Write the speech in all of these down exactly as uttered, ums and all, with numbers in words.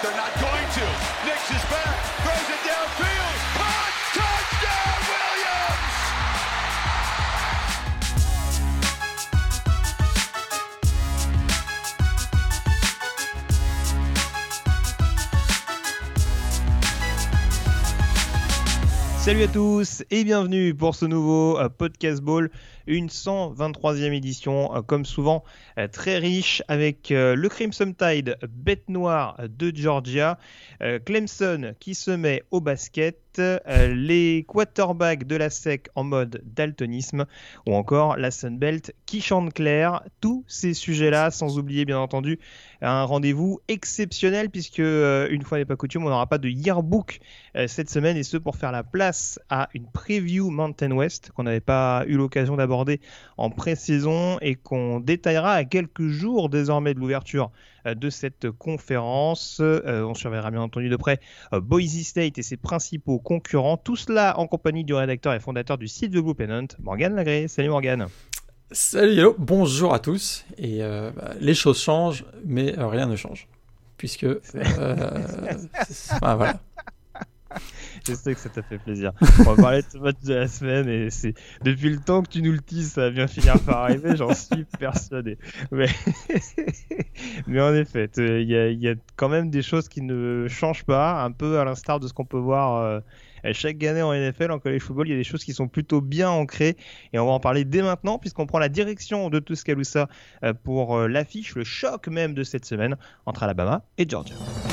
they're not going to. Nix is back, throws it downfield. Caught, touchdown, Williams! Salut à tous et bienvenue pour ce nouveau euh, Podcast Ball, une cent vingt-troisième édition, euh, comme souvent euh, très riche avec euh, le Crimson Tide, bête noire de Georgia, euh, Clemson qui se met au basket, euh, les quarterbacks de la S E C en mode daltonisme ou encore la Sunbelt qui chante clair. Tous ces sujets-là, sans oublier bien entendu un rendez-vous exceptionnel puisque euh, une fois n'est pas coutume, on n'aura pas de yearbook euh, cette semaine et ce pour faire la place à une preview Mountain West qu'on n'avait pas eu l'occasion d'aborder en pré-saison et qu'on détaillera à quelques jours désormais de l'ouverture euh, de cette conférence. Euh, on surveillera bien entendu de près euh, Boise State et ses principaux concurrents. Tout cela en compagnie du rédacteur et fondateur du site The Blue Pennant, Morgane Lagré. Salut Morgane. Salut, hello, bonjour à tous. Et euh, bah, les choses changent, mais euh, rien ne change. Puisque... Euh, enfin, voilà. Je sais que ça t'a fait plaisir. On va parler de ce match de la semaine et c'est depuis le temps que tu nous le dis, ça va bien finir par arriver, j'en suis persuadé. Mais, mais en effet, il y a, y a quand même des choses qui ne changent pas, un peu à l'instar de ce qu'on peut voir euh, chaque année en N F L, en college football. Il y a des choses qui sont plutôt bien ancrées et on va en parler dès maintenant puisqu'on prend la direction de Tuscaloosa euh, pour euh, l'affiche, le choc même de cette semaine entre Alabama et Georgia.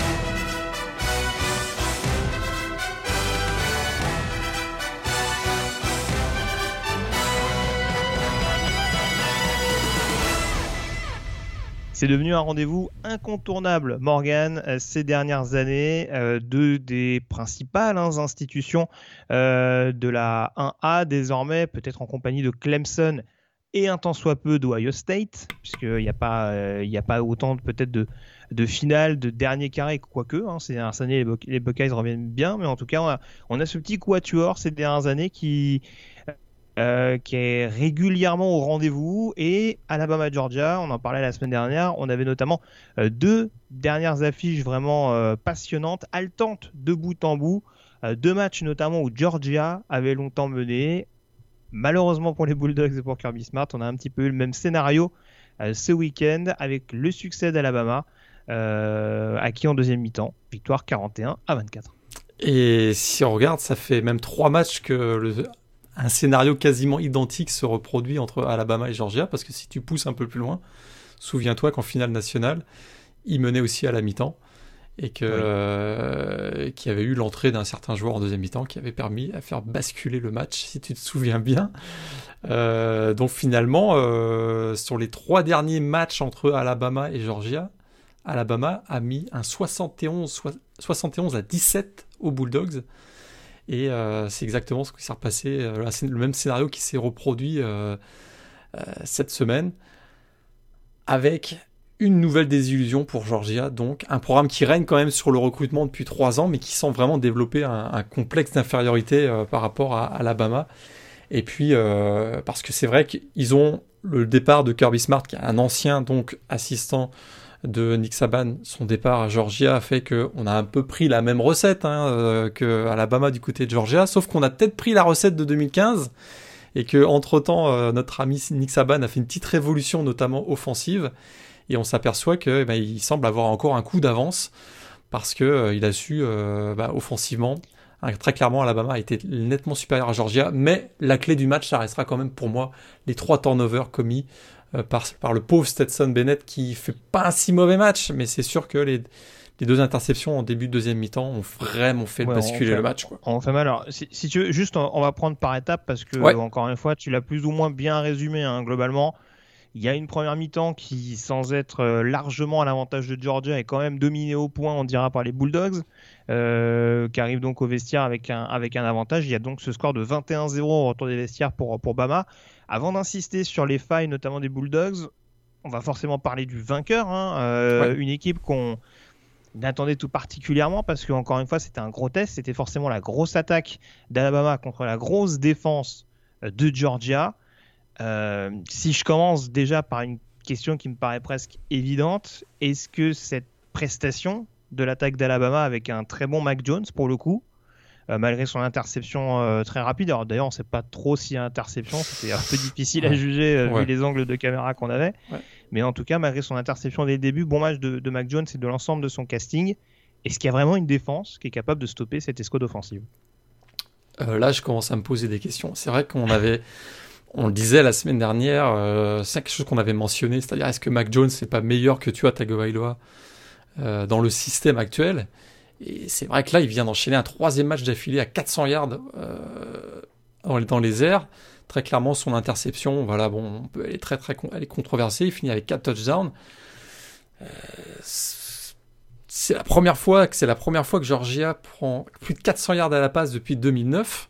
C'est devenu un rendez-vous incontournable, Morgane, euh, ces dernières années, euh, deux des principales hein, institutions euh, de la un A, désormais, peut-être en compagnie de Clemson et un tant soit peu d'Ohio State, puisqu'il n'y a pas, euh, il n'y a pas autant de, peut-être de, de finales, de dernier carré, quoique. Hein, ces dernières années, les, Buc- les Buckeyes reviennent bien, mais en tout cas, on a, on a ce petit quatuor ces dernières années qui... Euh, qui est régulièrement au rendez-vous et Alabama-Georgia, on en parlait la semaine dernière, on avait notamment euh, deux dernières affiches vraiment euh, passionnantes, haletantes de bout en bout, euh, deux matchs notamment où Georgia avait longtemps mené. Malheureusement pour les Bulldogs et pour Kirby Smart, on a un petit peu eu le même scénario euh, ce week-end avec le succès d'Alabama euh, acquis en deuxième mi-temps, victoire quarante et un à vingt-quatre. Et si on regarde, ça fait même trois matchs que le... un scénario quasiment identique se reproduit entre Alabama et Georgia, parce que si tu pousses un peu plus loin, souviens-toi qu'en finale nationale, ils menaient aussi à la mi-temps, et que, oui. euh, qu'il y avait eu l'entrée d'un certain joueur en deuxième mi-temps qui avait permis à faire basculer le match, si tu te souviens bien. Euh, donc finalement, euh, sur les trois derniers matchs entre Alabama et Georgia, Alabama a mis un soixante et onze à dix-sept aux Bulldogs. Et euh, c'est exactement ce qui s'est repassé, euh, le même scénario qui s'est reproduit euh, euh, cette semaine, avec une nouvelle désillusion pour Georgia, donc un programme qui règne quand même sur le recrutement depuis trois ans, mais qui semble vraiment développer un, un complexe d'infériorité euh, par rapport à, à Alabama. Et puis, euh, parce que c'est vrai qu'ils ont le départ de Kirby Smart, qui est un ancien donc assistant de Nick Saban. Son départ à Georgia a fait qu'on a un peu pris la même recette hein, euh, qu'Alabama du côté de Georgia, sauf qu'on a peut-être pris la recette de deux mille quinze et qu'entre-temps, euh, notre ami Nick Saban a fait une petite révolution, notamment offensive, et on s'aperçoit qu'il eh ben, semble avoir encore un coup d'avance parce qu'il euh, a su, euh, bah, offensivement, hein, très clairement, Alabama a été nettement supérieur à Georgia, mais la clé du match, ça restera quand même pour moi les trois turnovers commis Par, par le pauvre Stetson Bennett qui fait pas un si mauvais match, mais c'est sûr que les, les deux interceptions en début de deuxième mi-temps ont vraiment fait ouais, basculer fait, le match. Quoi. On fait mal. Alors, si, si tu veux, juste, on, on va prendre par étapes parce que, ouais. encore une fois, tu l'as plus ou moins bien résumé. Hein, globalement, il y a une première mi-temps qui, sans être largement à l'avantage de Georgia, est quand même dominée au point, on dira, par les Bulldogs, euh, qui arrivent donc au vestiaire avec un, avec un avantage. Il y a donc ce score de vingt et un zéro au retour des vestiaires pour, pour Bama. Avant d'insister sur les failles, notamment des Bulldogs, on va forcément parler du vainqueur, hein, euh, ouais. Une équipe qu'on attendait tout particulièrement parce qu'encore une fois, c'était un gros test. C'était forcément la grosse attaque d'Alabama contre la grosse défense de Georgia. Euh, si je commence déjà par une question qui me paraît presque évidente, est-ce que cette prestation de l'attaque d'Alabama avec un très bon Mac Jones pour le coup. Euh, malgré son interception euh, très rapide. Alors d'ailleurs, on ne sait pas trop s'il y a interception, c'était un peu difficile à juger euh, ouais. vu les angles de caméra qu'on avait. Ouais. Mais en tout cas, malgré son interception dès le début, bon match de, de Mac Jones et de l'ensemble de son casting. Est-ce qu'il y a vraiment une défense qui est capable de stopper cette escouade offensive ? euh, Là, je commence à me poser des questions. C'est vrai qu'on avait, on le disait la semaine dernière, euh, c'est quelque chose qu'on avait mentionné, c'est-à-dire est-ce que Mac Jones n'est pas meilleur que Tua Tagovailoa euh, dans le système actuel ? Et c'est vrai que là, il vient d'enchaîner un troisième match d'affilée à quatre cents yards euh, dans les airs. Très clairement, son interception, voilà, bon, on peut, elle est très, très, elle est controversée. Il finit avec quatre touchdowns. Euh, c'est la première fois que c'est la première fois que Georgia prend plus de quatre cents yards à la passe depuis deux mille neuf.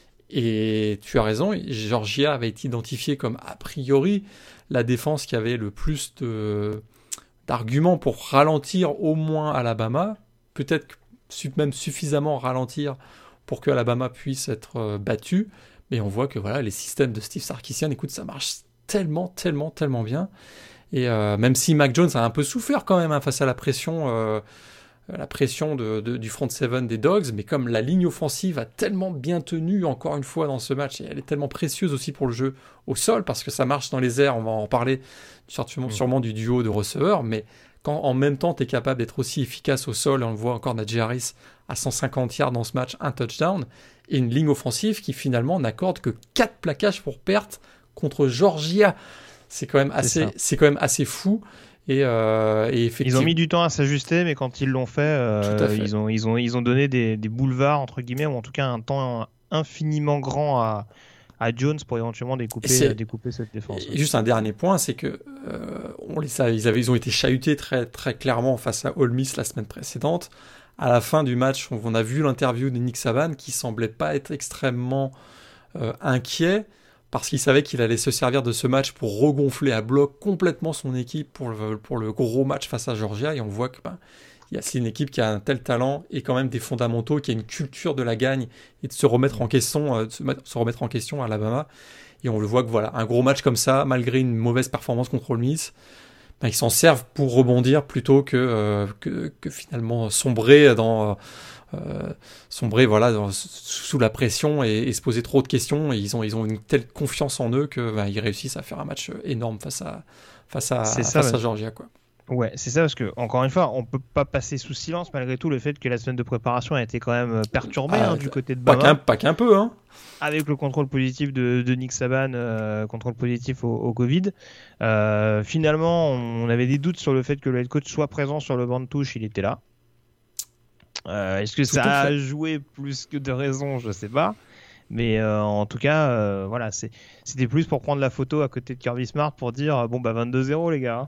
Et tu as raison, Georgia avait été identifié comme a priori la défense qui avait le plus de, d'arguments pour ralentir au moins Alabama. Peut-être même suffisamment ralentir pour que Alabama puisse être euh, battu, mais on voit que voilà, les systèmes de Steve Sarkisian, écoute, ça marche tellement, tellement, tellement bien. Et euh, même si Mac Jones a un peu souffert quand même hein, face à la pression, euh, la pression de, de, du front seven des Dogs, mais comme la ligne offensive a tellement bien tenu encore une fois dans ce match, et elle est tellement précieuse aussi pour le jeu au sol, parce que ça marche dans les airs, on va en parler sûrement, sûrement du duo de receveurs, mais quand en même temps tu es capable d'être aussi efficace au sol, et on le voit encore Najee Harris à cent cinquante yards dans ce match, un touchdown, et une ligne offensive qui finalement n'accorde que quatre plaquages pour perte contre Georgia. C'est quand même assez, c'est, c'est quand même assez fou. Et, euh, et effectivement, ils ont mis du temps à s'ajuster, mais quand ils l'ont fait, euh, fait. Ils, ont, ils, ont, ils ont donné des, des boulevards, entre guillemets, ou en tout cas un temps infiniment grand à, à Jones pour éventuellement découper, découper cette défense. Et juste un dernier point, c'est que euh, on les savait, ils, avaient, ils ont été chahutés très, très clairement face à Ole Miss la semaine précédente. À la fin du match, on a vu l'interview de Nick Saban qui semblait pas être extrêmement euh, inquiet parce qu'il savait qu'il allait se servir de ce match pour regonfler à bloc complètement son équipe pour le, pour le gros match face à Georgia. Et on voit que ben, c'est une équipe qui a un tel talent et quand même des fondamentaux, qui a une culture de la gagne et de se remettre en question, euh, de se, se remettre en question à Alabama. Et on le voit que voilà, un gros match comme ça, malgré une mauvaise performance contre Ole Miss, ben, ils s'en servent pour rebondir plutôt que, euh, que, que finalement sombrer dans... Euh, sombrer voilà, dans, sous la pression et, et se poser trop de questions. Et ils, ont, ils ont une telle confiance en eux qu'ils ben, réussissent à faire un match énorme face à, face à, ça, face à Georgia, quoi. Ouais, c'est ça, parce que encore une fois, on peut pas passer sous silence malgré tout le fait que la semaine de préparation a été quand même perturbée ah, hein, du côté de Bama. Pas qu'un, pas qu'un peu, hein. Avec le contrôle positif de, de Nick Saban, euh, contrôle positif au, au Covid. Euh, finalement, on avait des doutes sur le fait que le head coach soit présent sur le banc de touche, il était là. Euh, est-ce que tout ça a joué plus que de raison, je sais pas. Mais euh, en tout cas, euh, voilà, c'est, c'était plus pour prendre la photo à côté de Kirby Smart pour dire bon bah vingt-deux zéro les gars.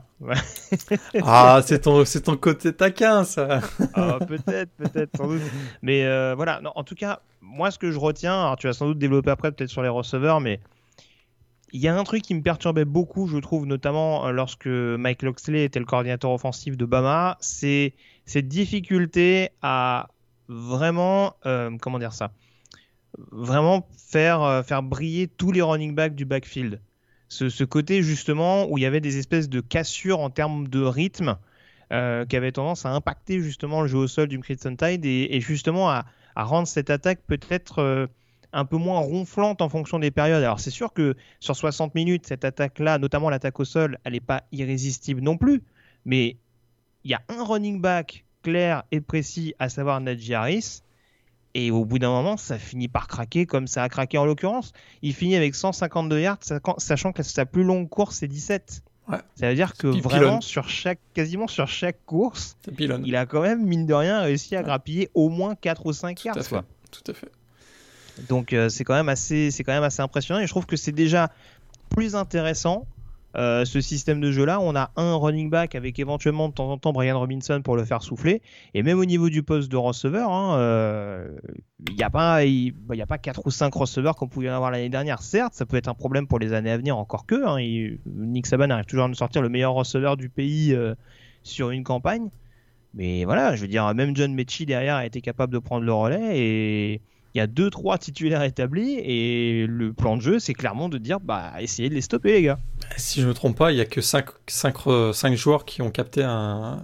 Ah, c'est ton, c'est ton côté taquin ça. Ah, peut-être, peut-être, sans doute. Mais euh, voilà, non, en tout cas, moi ce que je retiens, alors tu vas sans doute développer après peut-être sur les receveurs, mais il y a un truc qui me perturbait beaucoup, je trouve, notamment lorsque Mike Locksley était le coordinateur offensif de Bama, c'est cette difficulté à vraiment, euh, comment dire ça, vraiment faire, euh, faire briller tous les running backs du backfield. Ce, ce côté justement où il y avait des espèces de cassures en termes de rythme euh, qui avaient tendance à impacter justement le jeu au sol du Crimson Tide et, et justement à, à rendre cette attaque peut-être euh, un peu moins ronflante en fonction des périodes. Alors c'est sûr que sur soixante minutes, cette attaque-là, notamment l'attaque au sol, elle n'est pas irrésistible non plus, mais il y a un running back clair et précis, à savoir Najee Harris, et au bout d'un moment, ça finit par craquer comme ça a craqué en l'occurrence. Il finit avec cent cinquante-deux yards, sachant que sa plus longue course, c'est dix-sept. Ouais. Ça veut dire que c'est vraiment, sur chaque, quasiment sur chaque course, il a quand même, mine de rien, réussi à ouais. grappiller au moins quatre ou cinq yards. Tout à fait. Quoi. Tout à fait. Donc euh, c'est, quand même assez, c'est quand même assez impressionnant, et je trouve que c'est déjà plus intéressant Euh, ce système de jeu là. On a un running back avec éventuellement de temps en temps Brian Robinson pour le faire souffler, et même au niveau du poste de receveur, il hein, n'y euh, a pas il n'y a pas quatre ou cinq receveurs qu'on pouvait en avoir l'année dernière. Certes, ça peut être un problème pour les années à venir, encore que hein, il, Nick Saban arrive toujours à nous sortir le meilleur receveur du pays euh, sur une campagne, mais voilà, je veux dire, même John Mechie derrière a été capable de prendre le relais, et il y a deux trois titulaires établis, et le plan de jeu, c'est clairement de dire bah essayez de les stopper les gars. Si je ne me trompe pas, il n'y a que cinq joueurs qui ont capté un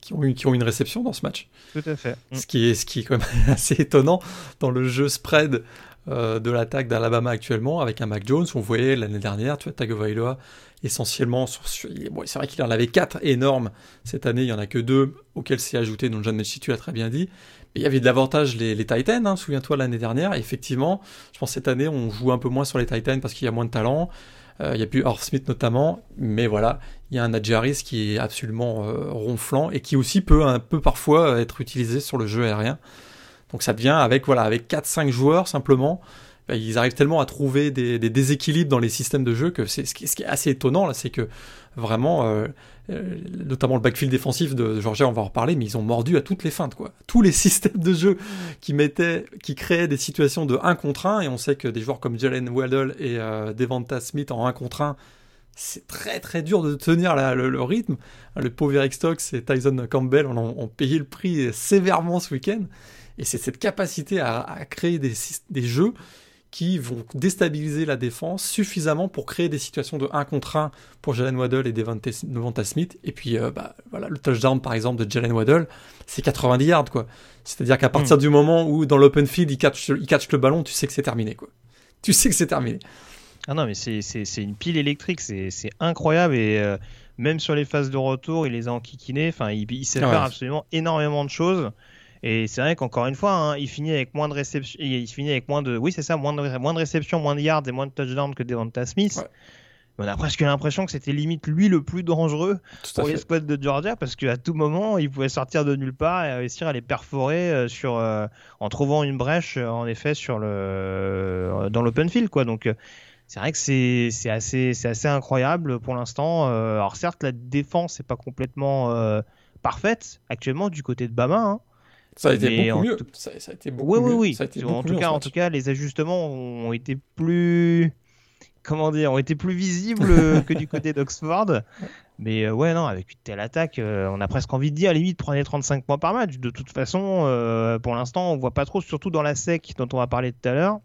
qui ont, eu, qui ont une réception dans ce match. Tout à fait. Ce qui est, ce qui est quand même assez étonnant dans le jeu spread euh, de l'attaque d'Alabama actuellement, avec un Mac Jones. On voyait l'année dernière, tu vois, Tagovailoa, essentiellement, sur, sur, bon, c'est vrai qu'il en avait quatre énormes. Cette année, il n'y en a que deux, auxquels s'est ajouté, dont John Mechie, tu l'as très bien dit. Mais il y avait de l'avantage les, les Titans, hein, souviens-toi, l'année dernière. Et effectivement, je pense que cette année, on joue un peu moins sur les Titans parce qu'il y a moins de talent. Euh, il n'y a plus Irv Smith notamment, mais voilà, il y a un Najee Harris qui est absolument euh, ronflant et qui aussi peut un peu parfois être utilisé sur le jeu aérien. Donc ça devient avec voilà avec quatre cinq joueurs simplement, ben, ils arrivent tellement à trouver des, des déséquilibres dans les systèmes de jeu que c'est ce qui, ce qui est assez étonnant là, c'est que vraiment, euh, euh, notamment le backfield défensif de Georgia, on va en reparler, mais ils ont mordu à toutes les feintes quoi. Tous les systèmes de jeu qui mettaient, qui créaient des situations de un contre un, et on sait que des joueurs comme Jalen Waddle et euh, Devonta Smith en un contre un, c'est très très dur de tenir la, le, le rythme. Le pauvre Eric Stokes et Tyson Campbell ont, ont payé le prix sévèrement ce week-end, et c'est cette capacité à, à créer des, des jeux qui vont déstabiliser la défense suffisamment pour créer des situations de un contre un pour Jalen Waddle et Devonta, Devonta Smith. Et puis, euh, bah, voilà, le touchdown, par exemple, de Jalen Waddle, c'est quatre-vingt-dix yards, quoi. C'est-à-dire qu'à partir mmh. du moment où, dans l'open field, il catch, il catch le ballon, tu sais que c'est terminé, quoi. Tu sais que c'est terminé. Ah non, mais c'est, c'est, c'est une pile électrique, c'est, c'est incroyable. Et euh, même sur les phases de retour, il les a enquiquinés. Enfin, il, il sait ouais. faire absolument énormément de choses. Et c'est vrai qu'encore une fois, hein, il finit avec moins de réception, il finit avec moins de, oui c'est ça, moins de, moins de réceptions, moins de yards et moins de touchdowns que Devonta Smith. Ouais. On a presque l'impression que c'était limite lui le plus dangereux tout pour les squads de Georgia, parce qu'à tout moment, il pouvait sortir de nulle part et réussir à les perforer euh, sur, euh, en trouvant une brèche, euh, en effet, sur le, euh, dans l'open field, quoi. Donc, euh, c'est vrai que c'est, c'est, assez, c'est assez incroyable pour l'instant. Euh, alors certes, la défense n'est pas complètement euh, parfaite actuellement du côté de Bama, hein. Ça a été mais beaucoup mieux. Tout... Ça, ça a été beaucoup oui, mieux. Oui, oui, oui. En tout cas, en tout cas, les ajustements ont été plus, comment dire, ont été plus visibles que du côté d'Oxford. Mais euh, ouais, non, avec une telle attaque, euh, on a presque envie de dire, à la limite, prenez trente-cinq points par match. De toute façon, euh, pour l'instant, on voit pas trop, surtout dans la sec dont on va parler tout à l'heure.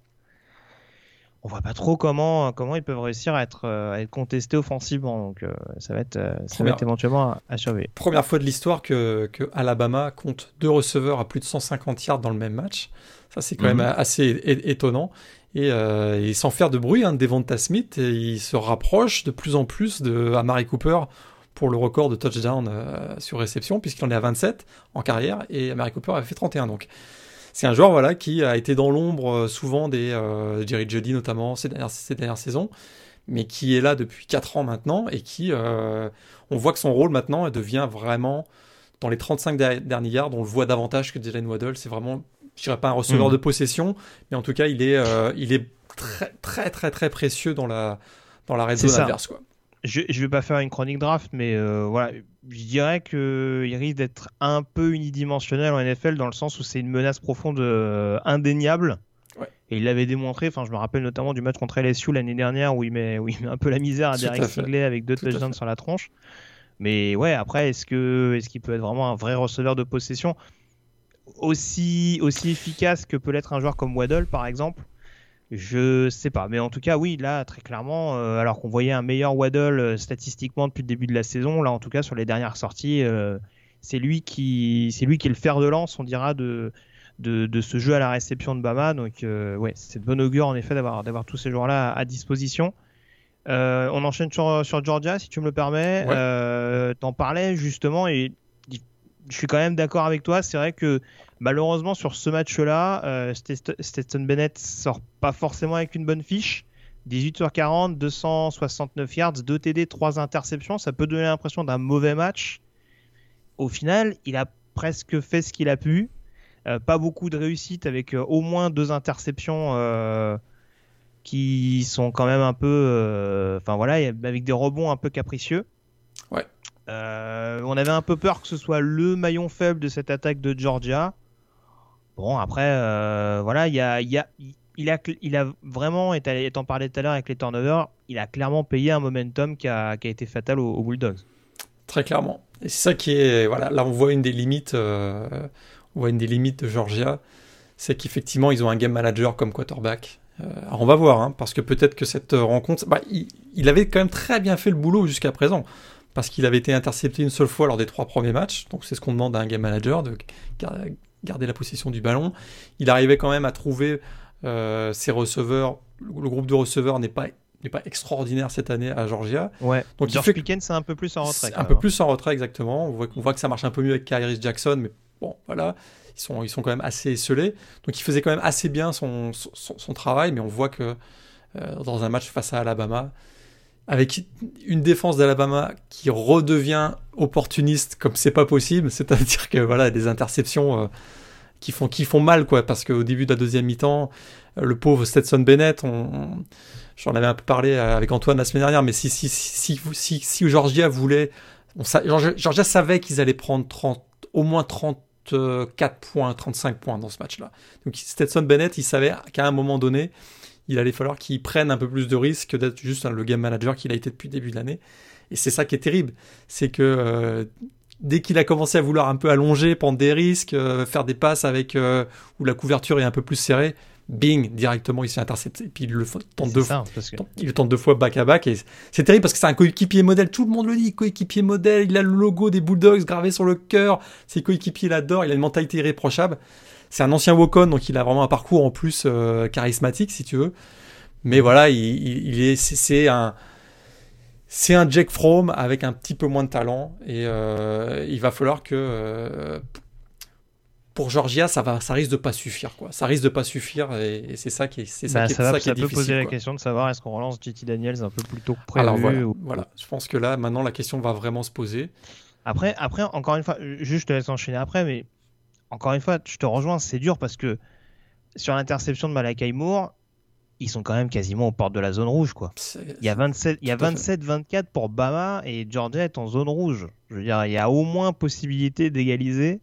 On voit pas trop comment comment ils peuvent réussir à être à être contestés offensivement, donc euh, ça va être ça Première, va être éventuellement à, à surveiller. Première fois de l'histoire que que Alabama compte deux receveurs à plus de cent cinquante yards dans le même match. Ça c'est quand mm-hmm. même assez é- étonnant. Et, euh, et sans faire de bruit, hein, Devonta Smith, et il se rapproche de plus en plus de Amari Cooper pour le record de touchdown euh, sur réception, puisqu'il en est à vingt-sept en carrière et Amari Cooper avait fait trente et un donc. C'est un joueur voilà, qui a été dans l'ombre euh, souvent des euh, Jerry Jeudy notamment ces dernières, ces dernières saisons, mais qui est là depuis quatre ans maintenant et qui, euh, on voit que son rôle maintenant devient vraiment, dans les trente-cinq derniers yards, on le voit davantage que Jalen Waddle. C'est vraiment, je dirais pas un receveur mmh. de possession, mais en tout cas, il est, euh, il est très, très, très, très précieux dans la, dans la red zone adverse, quoi. Je ne vais pas faire une chronique draft, mais euh, voilà, je dirais qu'il risque d'être un peu unidimensionnel en N F L dans le sens où c'est une menace profonde euh, indéniable. Ouais. Et il l'avait démontré, enfin, je me rappelle notamment du match contre L S U l'année dernière où il met, où il met un peu la misère à Derek Stingley avec deux touchdowns sur la tronche. Mais ouais, après, est-ce, que, est-ce qu'il peut être vraiment un vrai receveur de possession aussi, aussi efficace que peut l'être un joueur comme Waddle, par exemple? Je sais pas, mais en tout cas, oui, là, très clairement, euh, alors qu'on voyait un meilleur Waddle euh, statistiquement depuis le début de la saison, là, en tout cas, sur les dernières sorties, euh, c'est lui qui, c'est lui qui est le fer de lance, on dira, de, de, de ce jeu à la réception de Bama. Donc, euh, ouais, c'est de bon augure, en effet, d'avoir, d'avoir tous ces joueurs-là à, à disposition. Euh, on enchaîne sur, sur Georgia, si tu me le permets. Ouais. Euh, t'en parlais, justement, et je suis quand même d'accord avec toi. C'est vrai que malheureusement sur ce match-là, euh, Stetson Bennett sort pas forcément avec une bonne fiche. dix-huit sur quarante, deux cent soixante-neuf yards, deux T D, trois interceptions. Ça peut donner l'impression d'un mauvais match. Au final, il a presque fait ce qu'il a pu. Euh, pas beaucoup de réussite avec euh, au moins deux interceptions euh, qui sont quand même un peu... Enfin euh, voilà, avec des rebonds un peu capricieux. Ouais. Euh, on avait un peu peur que ce soit le maillon faible de cette attaque de Georgia. Bon, après, euh, voilà, il y a, y a, il a, il a vraiment, étant parlé tout à l'heure avec les turnovers, il a clairement payé un momentum qui a, qui a été fatal aux, aux Bulldogs. Très clairement. Et c'est ça qui est, voilà, là on voit une des limites, euh, on voit une des limites de Georgia, c'est qu'effectivement ils ont un game manager comme quarterback. Euh, alors on va voir, hein, parce que peut-être que cette rencontre, bah, il, il avait quand même très bien fait le boulot jusqu'à présent. parce qu'il avait été intercepté une seule fois lors des trois premiers matchs. Donc c'est ce qu'on demande à un game manager, de garder la possession du ballon. Il arrivait quand même à trouver euh, ses receveurs. Le groupe de receveurs n'est pas n'est pas extraordinaire cette année à Georgia. Ouais. Donc George fait... Pickens c'est un peu plus en retrait. Un peu plus en retrait, exactement. On voit, on voit que ça marche un peu mieux avec Kyrus Jackson, mais bon, voilà. Ils sont, ils sont quand même assez esselés. Donc il faisait quand même assez bien son, son, son travail, mais on voit que euh, dans un match face à Alabama, avec une défense d'Alabama qui redevient opportuniste comme c'est pas possible, c'est-à-dire que voilà, des interceptions euh, qui, font, qui font mal, quoi, parce qu'au début de la deuxième mi-temps, euh, le pauvre Stetson Bennett, on, on, j'en avais un peu parlé avec Antoine la semaine dernière, mais si, si, si, si, si, si Georgia voulait... On, Georgia savait qu'ils allaient prendre trente, au moins trente-quatre points, trente-cinq points dans ce match-là. Donc Stetson Bennett, il savait qu'à un moment donné, il allait falloir qu'il prenne un peu plus de risques que d'être juste hein, le game manager qu'il a été depuis le début de l'année. Et c'est ça qui est terrible. C'est que euh, dès qu'il a commencé à vouloir un peu allonger, prendre des risques, euh, faire des passes avec euh, où la couverture est un peu plus serrée, bing, directement il s'est intercepté. Et puis il le tente deux fois. Que... Il le tente deux fois back à back. Et c'est terrible parce que c'est un coéquipier modèle. Tout le monde le dit, coéquipier modèle. Il a le logo des Bulldogs gravé sur le cœur. Ses coéquipiers l'adorent. Il a une mentalité irréprochable. C'est un ancien walk-on, donc il a vraiment un parcours en plus euh, charismatique, si tu veux. Mais voilà, il, il, il est, c'est, c'est un, c'est un Jake Fromm avec un petit peu moins de talent. Et euh, il va falloir que euh, pour Georgia, ça va, ça risque de pas suffire, quoi. Ça risque de pas suffire, et, et c'est ça qui est, c'est ça bah, qui est, ça, va, ça qui ça est peut difficile. Poser quoi. La question de savoir est-ce qu'on relance J T Daniels un peu plus tôt que prévu. Alors voilà, ou... voilà. Je pense que là, maintenant, la question va vraiment se poser. Après, après, encore une fois, juste je te laisse enchaîner après, mais encore une fois, je te rejoins, c'est dur parce que sur l'interception de Malachi Moore, ils sont quand même quasiment aux portes de la zone rouge, quoi. C'est, il y a vingt-sept, il y a vingt-sept vingt-quatre pour Bama et Georgia est en zone rouge. Je veux dire, il y a au moins possibilité d'égaliser.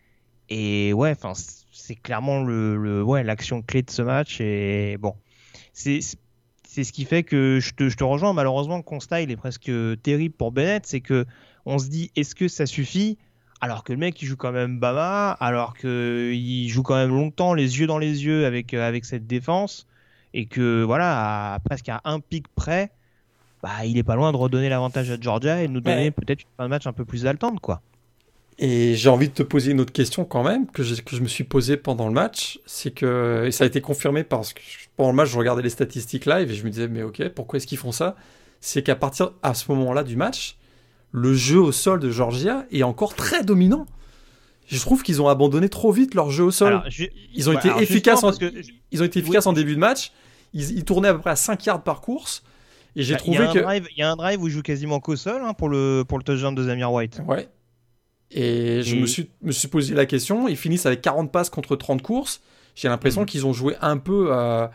Et ouais, enfin, c'est clairement le, le, ouais, l'action clé de ce match. Et bon, c'est, c'est ce qui fait que je te, je te rejoins. Malheureusement, le constat, il est presque terrible pour Bennett. C'est que on se dit, est-ce que ça suffit ? Alors que le mec, il joue quand même Bama, alors qu'il joue quand même longtemps les yeux dans les yeux avec, avec cette défense, et que voilà, à, presque à un pic près, bah, il est pas loin de redonner l'avantage à Georgia et de nous donner ouais. peut-être une fin de match un peu plus haletante, quoi. Et j'ai envie de te poser une autre question quand même, que je, que je me suis posée pendant le match, c'est que, et ça a été confirmé parce que pendant le match, je regardais les statistiques live et je me disais, mais ok, pourquoi est-ce qu'ils font ça ? C'est qu'à partir, à ce moment-là du match, le jeu au sol de Georgia est encore très dominant. Je trouve qu'ils ont abandonné trop vite leur jeu au sol. Alors, je... Ils ont ouais, été efficaces, en... Que... ils ont été efficaces oui. en début de match. Ils, ils tournaient à peu près à cinq yards par course. Et j'ai bah, trouvé que... Il y a un drive où ils jouent quasiment qu'au sol hein, pour, le, pour le touchdown de Zamir White. Ouais. Et, et... je me suis, me suis posé la question. Ils finissent avec quarante passes contre trente courses. J'ai l'impression mmh. qu'ils ont joué un peu à...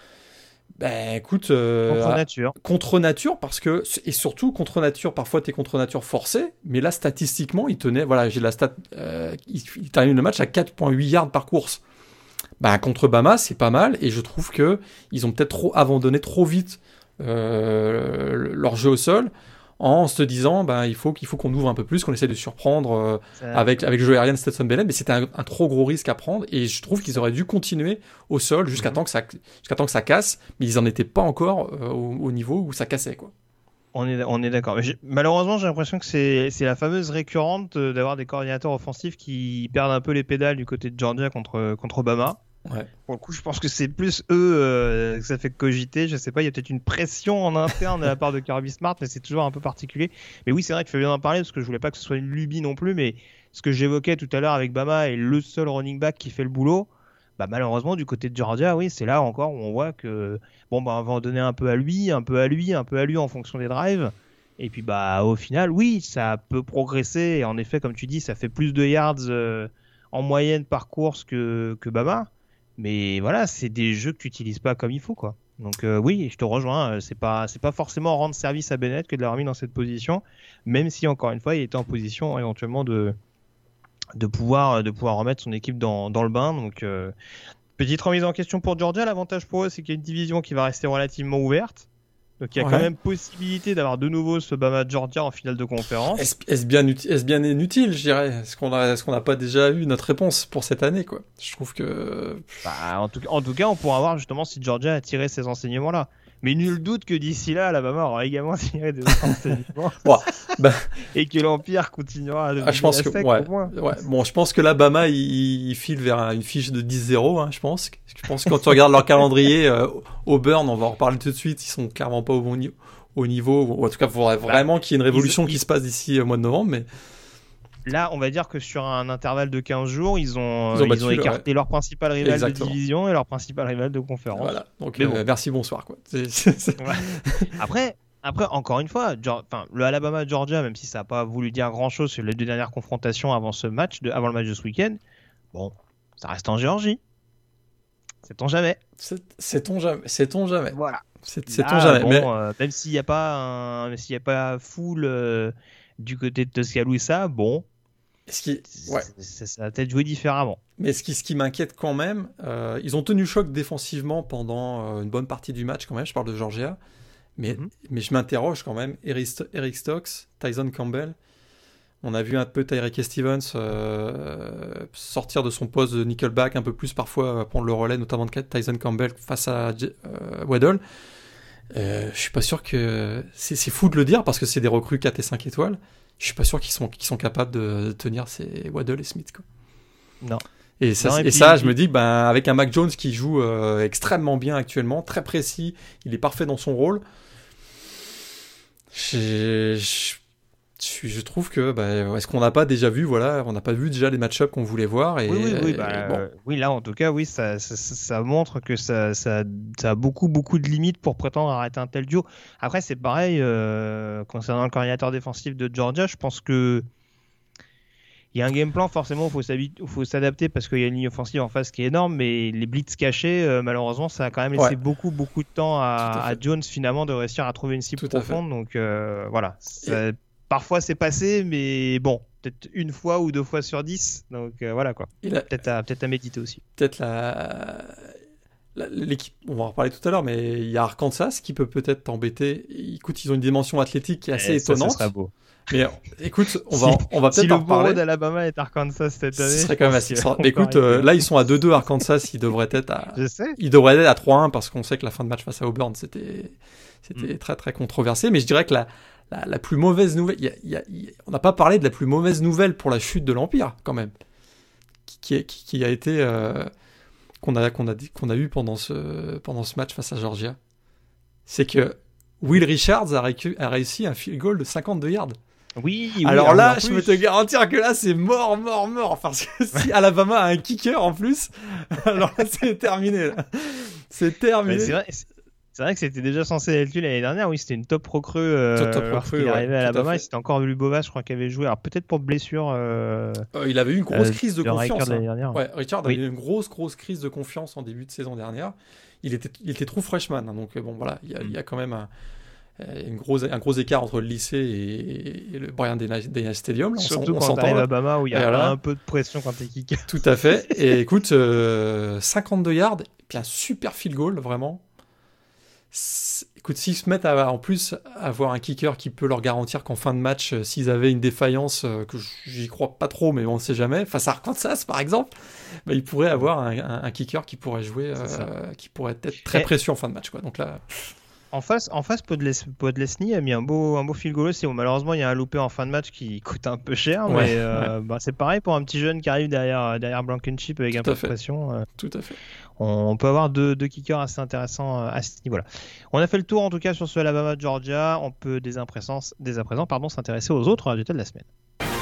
Ben écoute, euh, contre nature. Contre nature, parce que, et surtout contre nature, parfois t'es contre nature forcé, mais là statistiquement, il tenait, voilà, j'ai la stat, euh, il, il termine le match à quatre virgule huit yards par course. Ben contre Bama, c'est pas mal, et je trouve que ils ont peut-être trop abandonné trop vite euh, leur jeu au sol, en se disant, ben il faut qu'il faut qu'on ouvre un peu plus, qu'on essaie de surprendre euh, avec avec le jeu aérien de Stetson Bennett, mais c'était un, un trop gros risque à prendre, et je trouve qu'ils auraient dû continuer au sol jusqu'à mm-hmm. temps que ça jusqu'à temps que ça casse, mais ils en étaient pas encore euh, au, au niveau où ça cassait, quoi. On est on est d'accord. Mais j'ai, malheureusement, j'ai l'impression que c'est c'est la fameuse récurrente d'avoir des coordinateurs offensifs qui perdent un peu les pédales du côté de Georgia contre contre Obama. Ouais. Pour le coup, je pense que c'est plus eux euh, que ça fait cogiter. Je sais pas, il y a peut-être une pression en interne de la part de Kirby Smart, mais c'est toujours un peu particulier. Mais oui, c'est vrai qu'il faut bien en parler parce que je voulais pas que ce soit une lubie non plus. Mais ce que j'évoquais tout à l'heure avec Bama est le seul running back qui fait le boulot. Bah malheureusement, du côté de Georgia, oui, c'est là encore où on voit que bon bah on va en donner un peu à lui, un peu à lui, un peu à lui en fonction des drives. Et puis bah au final, oui, ça peut progresser. Et en effet, comme tu dis, ça fait plus de yards euh, en moyenne par course que que Bama. Mais voilà, c'est des jeux que tu n'utilises pas comme il faut, quoi. Donc euh, oui, je te rejoins. C'est pas, c'est pas forcément rendre service à Bennett que de l'avoir mis dans cette position, même si encore une fois, il était en position éventuellement de de pouvoir de pouvoir remettre son équipe dans dans le bain. Donc euh, petite remise en question pour Georgia. L'avantage pour eux, c'est qu'il y a une division qui va rester relativement ouverte. Donc il y a ouais. quand même possibilité d'avoir de nouveau ce Bama Georgia en finale de conférence. Est-ce, est-ce bien est-ce bien inutile, je dirais. Est-ce qu'on a est-ce qu'on n'a pas déjà eu notre réponse pour cette année, quoi. Je trouve que bah, en tout en tout cas, on pourra voir justement si Georgia a tiré ces enseignements-là. Mais nul doute que d'ici là, Alabama aura également tiré des enseignements Bon, bah, et que l'Empire continuera à ah, je pense la que sec, ouais, au moins. ouais. Bon, je pense que l'Alabama il, il file vers une fiche de dix zéro, hein, je pense. Je pense que quand tu regardes leur calendrier, euh, Auburn, on va en reparler tout de suite, ils sont clairement pas au bon niveau, au niveau ou en tout cas, il faudrait vraiment qu'il y ait une révolution ils- qui se passe d'ici au mois de novembre, mais Là, on va dire que sur un intervalle de quinze jours, ils ont, Ils ont ils battu ont le- écarté leur principal rival Exactement. de division et leur principal rival de conférence. voilà. Donc Mais euh, bon. merci, bonsoir quoi. C'est- c'est- c'est- Ouais. Après, après, encore une fois, Geor- enfin, le Alabama-Georgia, même si ça n'a pas voulu dire grand-chose sur les deux dernières confrontations avant ce match, de, avant le match de ce week-end, bon, ça reste en Géorgie. Sait-on jamais. c'est- Sait-on jamais. Sait-on jamais. Voilà. C'est- Sait-on Là, jamais. bon, Mais euh, même s'il n'y a pas, un, même s'il y a pas full euh, du côté de Tuscaloosa, bon, ce qui, ouais. ça, ça va peut-être jouer différemment. Mais ce qui, ce qui m'inquiète quand même, euh, ils ont tenu choc défensivement pendant euh, une bonne partie du match quand même. Je parle de Georgia, mais, Mhm. mais je m'interroge quand même. Eric, Sto- Eric Stokes, Tyson Campbell. On a vu un peu Tyreke Stevens euh, sortir de son poste de nickelback un peu plus parfois euh, prendre le relais, notamment de Tyson Campbell face à J- euh, Waddle. Euh, je suis pas sûr que c'est, c'est fou de le dire parce que c'est des recrues quatre et cinq étoiles. Je suis pas sûr qu'ils sont, qu'ils sont capables de, de tenir ces Waddle et Smith, quoi. Non. Et ça, Non, et et puis- ça je me dis, ben, avec un Mac Jones qui joue euh, extrêmement bien actuellement, très précis, il est parfait dans son rôle. Je, je, je- je trouve que, ben, est-ce qu'on n'a pas déjà vu, voilà, on n'a pas vu déjà les match-ups qu'on voulait voir. Et, Oui, oui, oui, et bah, bon. euh, oui, là en tout cas, oui, ça, ça, ça- ça montre que ça, ça, ça a beaucoup, beaucoup de limites pour prétendre arrêter un tel duo. Après, c'est pareil euh, concernant le coordinateur défensif de Georgia. Je pense que il y a un game plan, forcément, il faut, s'habi- faut s'adapter parce qu'il y a une ligne offensive en face qui est énorme, mais les blitz cachés, euh, malheureusement, ça a quand même laissé Ouais. beaucoup, beaucoup de temps Tout à, à fait. à Jones finalement de réussir à trouver une cible Tout à fait. profonde. Donc euh, voilà, Ça- parfois c'est passé, mais bon, peut-être une fois ou deux fois sur dix. Donc euh, voilà quoi. Il a- Peut-être à, peut-être à méditer aussi. peut-être la, la- l'équipe, on va en reparler tout à l'heure, mais il y a Arkansas qui peut peut-être t'embêter. Écoute, ils ont une dimension athlétique qui est assez Eh, ça, étonnante. Ce serait beau. Mais écoute, on Si- va, on va Si peut-être le en bourreau reparler. d'Alabama est Arkansas cette année, Ce serait je quand même pense assez que extra- on Mais peut écoute, euh, arriver. là, ils sont à deux deux Arkansas, ils devraient être à, Je sais. ils devraient être à trois un parce qu'on sait que la fin de match face à Auburn, c'était, c'était Mm. très très controversé. Mais je dirais que la, la, la plus mauvaise nouvelle, il y a- il y a- il y a- on n'a pas parlé de la plus mauvaise nouvelle pour la chute de l'Empire, quand même, qui, qui, est- qui- qui a été, euh, qu'on a, qu'on a, dit- qu'on a eu pendant ce, pendant ce match face à Georgia. C'est que Will Richards a, récu- a réussi un field goal de cinquante-deux yards. Oui, oui, Alors en là, plus. je peux te garantir que là, c'est mort, mort, mort. Parce que si Alabama a un kicker en plus, alors là, c'est terminé. Là. C'est Ouais, terminé. c'est vrai, c'est- c'est vrai que c'était déjà censé être lui l'année dernière. Oui, c'était une top recrue euh, Top, top lorsqu'il recrue, est ouais, arrivé à tout à Alabama. fait. Et c'était encore Lubova, je crois, qui avait joué. Alors peut-être pour blessure. Euh, Euh, il avait eu une grosse euh, crise de de Riker confiance. de l'année hein. dernière. Ouais, Richard Oui. avait eu une grosse, grosse crise de confiance en début de saison dernière. Il était, il était trop freshman. hein, donc, euh, bon, voilà, il y a, il y a quand même un, euh, une grosse, un gros écart entre le lycée et, et le Brian Dana Dana Stadium. Là, on Surtout s'en- on quand s'entend, t'arrives là. à Alabama où il y a Et voilà. un peu de pression quand t'es kicker. Tout à fait. Et écoute, euh, cinquante-deux yards, et puis un super field goal, vraiment. C'est- Écoute, s'ils se mettent à, en plus à avoir un kicker qui peut leur garantir qu'en fin de match, euh, s'ils avaient une défaillance, euh, que j'y crois pas trop, mais on ne sait jamais, face à Arkansas par exemple, bah, ils pourraient avoir un, un- un kicker qui pourrait jouer, euh, C'est ça. qui pourrait être très Et- précieux en fin de match. Quoi. Donc là, En face, en face, Podles- Podlesny a mis un beau, un beau field goal aussi. Bon, malheureusement, il y a un loupé en fin de match qui coûte un peu cher, Ouais, mais euh, bah, c'est pareil pour un petit jeune qui arrive derrière, derrière Blankenship avec un Tout à peu de fait. pression. euh, tout à fait. on, on peut avoir deux, deux kickers assez intéressants euh, à ce niveau-là. On a fait le tour en tout cas sur ce Alabama-Georgia. On peut dès à présent, dès à présent pardon, s'intéresser aux autres résultats de la semaine.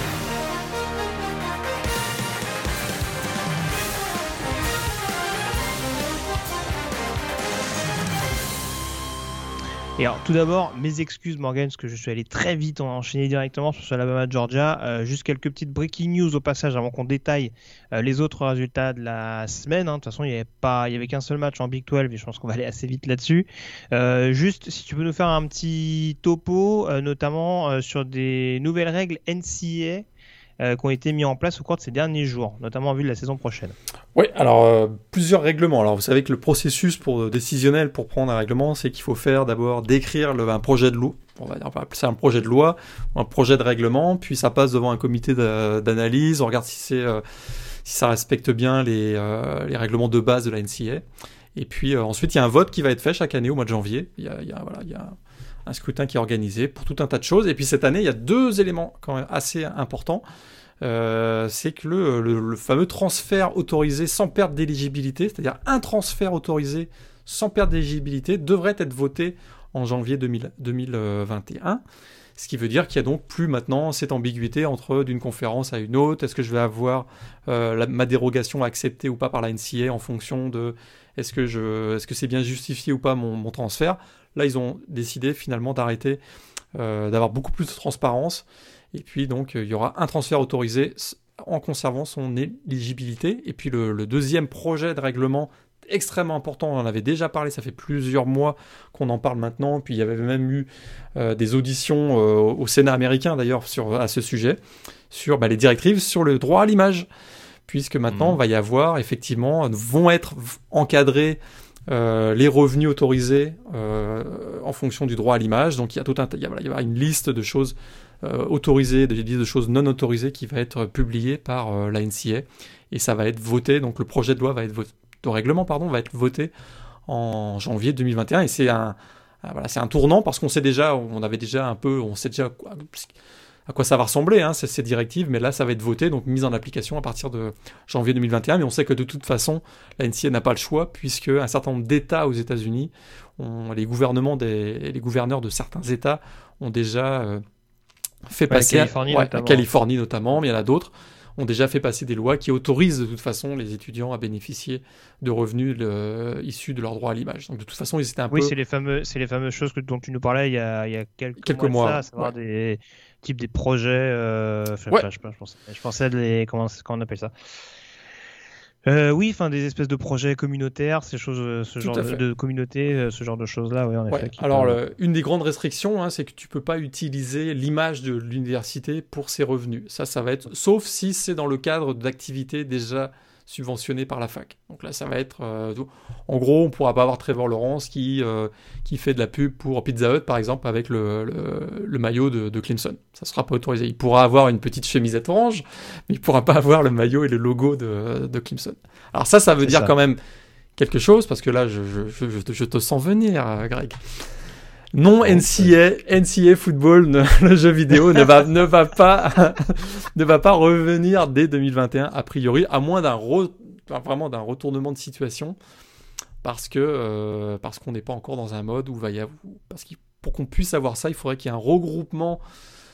Et alors, tout d'abord, mes excuses, Morgan, parce que je suis allé très vite, on a enchaîné directement sur ce Alabama-Georgia. Euh, juste quelques petites breaking news au passage avant qu'on détaille euh, les autres résultats de la semaine. hein. De toute façon, il n'y avait pas, il y avait qu'un seul match en Big douze, et je pense qu'on va aller assez vite là-dessus. Euh, juste, si tu peux nous faire un petit topo, euh, notamment euh, sur des nouvelles règles N C A A euh, qui ont été mis en place au cours de ces derniers jours, notamment en vue de la saison prochaine. Oui, alors euh, plusieurs règlements. Alors vous savez que le processus pour, euh, décisionnel pour prendre un règlement, c'est qu'il faut faire d'abord décrire le, un projet de loi. On va dire, on va appeler ça un projet de loi, un projet de règlement, puis ça passe devant un comité de- d'analyse, on regarde si, c'est, euh, si ça respecte bien les, euh, les règlements de base de la N C A A. Et puis euh, ensuite, il y a un vote qui va être fait chaque année au mois de janvier. Il y a, il y a, voilà, il y a un scrutin qui est organisé pour tout un tas de choses. Et puis cette année, il y a deux éléments quand même assez importants. Euh, c'est que le, le, le fameux transfert autorisé sans perte d'éligibilité, c'est-à-dire un transfert autorisé sans perte d'éligibilité, devrait être voté en janvier deux mille vingt et un. Ce qui veut dire qu'il y a donc plus maintenant cette ambiguïté entre d'une conférence à une autre. Est-ce que je vais avoir euh, la, ma dérogation acceptée ou pas par la N C A A en fonction de est-ce que, je, est-ce que c'est bien justifié ou pas mon, mon transfert. Là, ils ont décidé finalement d'arrêter, euh, d'avoir beaucoup plus de transparence. Et puis donc, il y aura un transfert autorisé en conservant son éligibilité. Et puis le, le deuxième projet de règlement extrêmement important, on en avait déjà parlé, ça fait plusieurs mois qu'on en parle maintenant, puis il y avait même eu euh, des auditions euh, au Sénat américain d'ailleurs sur, à ce sujet, sur bah, les directives sur le droit à l'image, puisque maintenant mmh. on va y avoir effectivement, vont être encadrés euh, les revenus autorisés euh, en fonction du droit à l'image, donc il y a tout un, il y a, voilà, il y a une liste de choses euh, autorisées, des listes de choses non autorisées qui va être publiée par euh, la N C A A, et ça va être voté, donc le projet de loi va être voté de règlement pardon, va être voté en janvier deux mille vingt et un, et c'est un, voilà, c'est un tournant parce qu'on sait déjà, on avait déjà un peu, on sait déjà quoi, à quoi ça va ressembler, hein, ces, ces directives, mais là ça va être voté, donc mise en application à partir de janvier deux mille vingt et un, mais on sait que de toute façon, la N C A A n'a pas le choix, puisque un certain nombre d'États aux États-Unis, ont, les gouvernements, des, les gouverneurs de certains États ont déjà euh, fait ouais, passer, Californie, ouais, notamment. Californie notamment, mais il y en a d'autres, ont déjà fait passer des lois qui autorisent de toute façon les étudiants à bénéficier de revenus le, issus de leur droit à l'image. Donc de toute façon, ils étaient un oui, peu... Oui, c'est les fameux, c'est les fameuses choses que, dont tu nous parlais il y a, il y a quelques, quelques mois, mois, de ça, à savoir ouais. des types des projets... Euh, enfin, ouais. je, sais pas, je, pensais, je pensais à des... Comment, comment on appelle ça Euh, oui, enfin des espèces de projets communautaires, ces choses, ce Tout genre de, de communauté, ce genre de choses-là, oui, en ouais. effet. Alors, le, une des grandes restrictions, hein, c'est que tu peux pas utiliser l'image de l'université pour ses revenus. Ça, ça va être, sauf si c'est dans le cadre d'activités déjà subventionnées par la fac. Donc là, ça va être, euh, en gros, on pourra pas avoir Trevor Lawrence qui euh, qui fait de la pub pour Pizza Hut, par exemple, avec le le, le maillot de, de Clemson. Ça sera pas autorisé. Il pourra avoir une petite chemisette orange, mais il pourra pas avoir le maillot et le logo de, de Clemson. Alors ça, ça veut c'est dire ça. Quand même quelque chose, parce que là, je, je, je, je te sens venir, Greg. Non, N C A A, N C A A football, ne, le jeu vidéo ne va, ne va pas, ne va pas revenir dès deux mille vingt et un, a priori, à moins d'un re, vraiment d'un retournement de situation, parce que, euh, parce qu'on n'est pas encore dans un mode où va y avoir, parce que pour qu'on puisse avoir ça, il faudrait qu'il y ait un regroupement,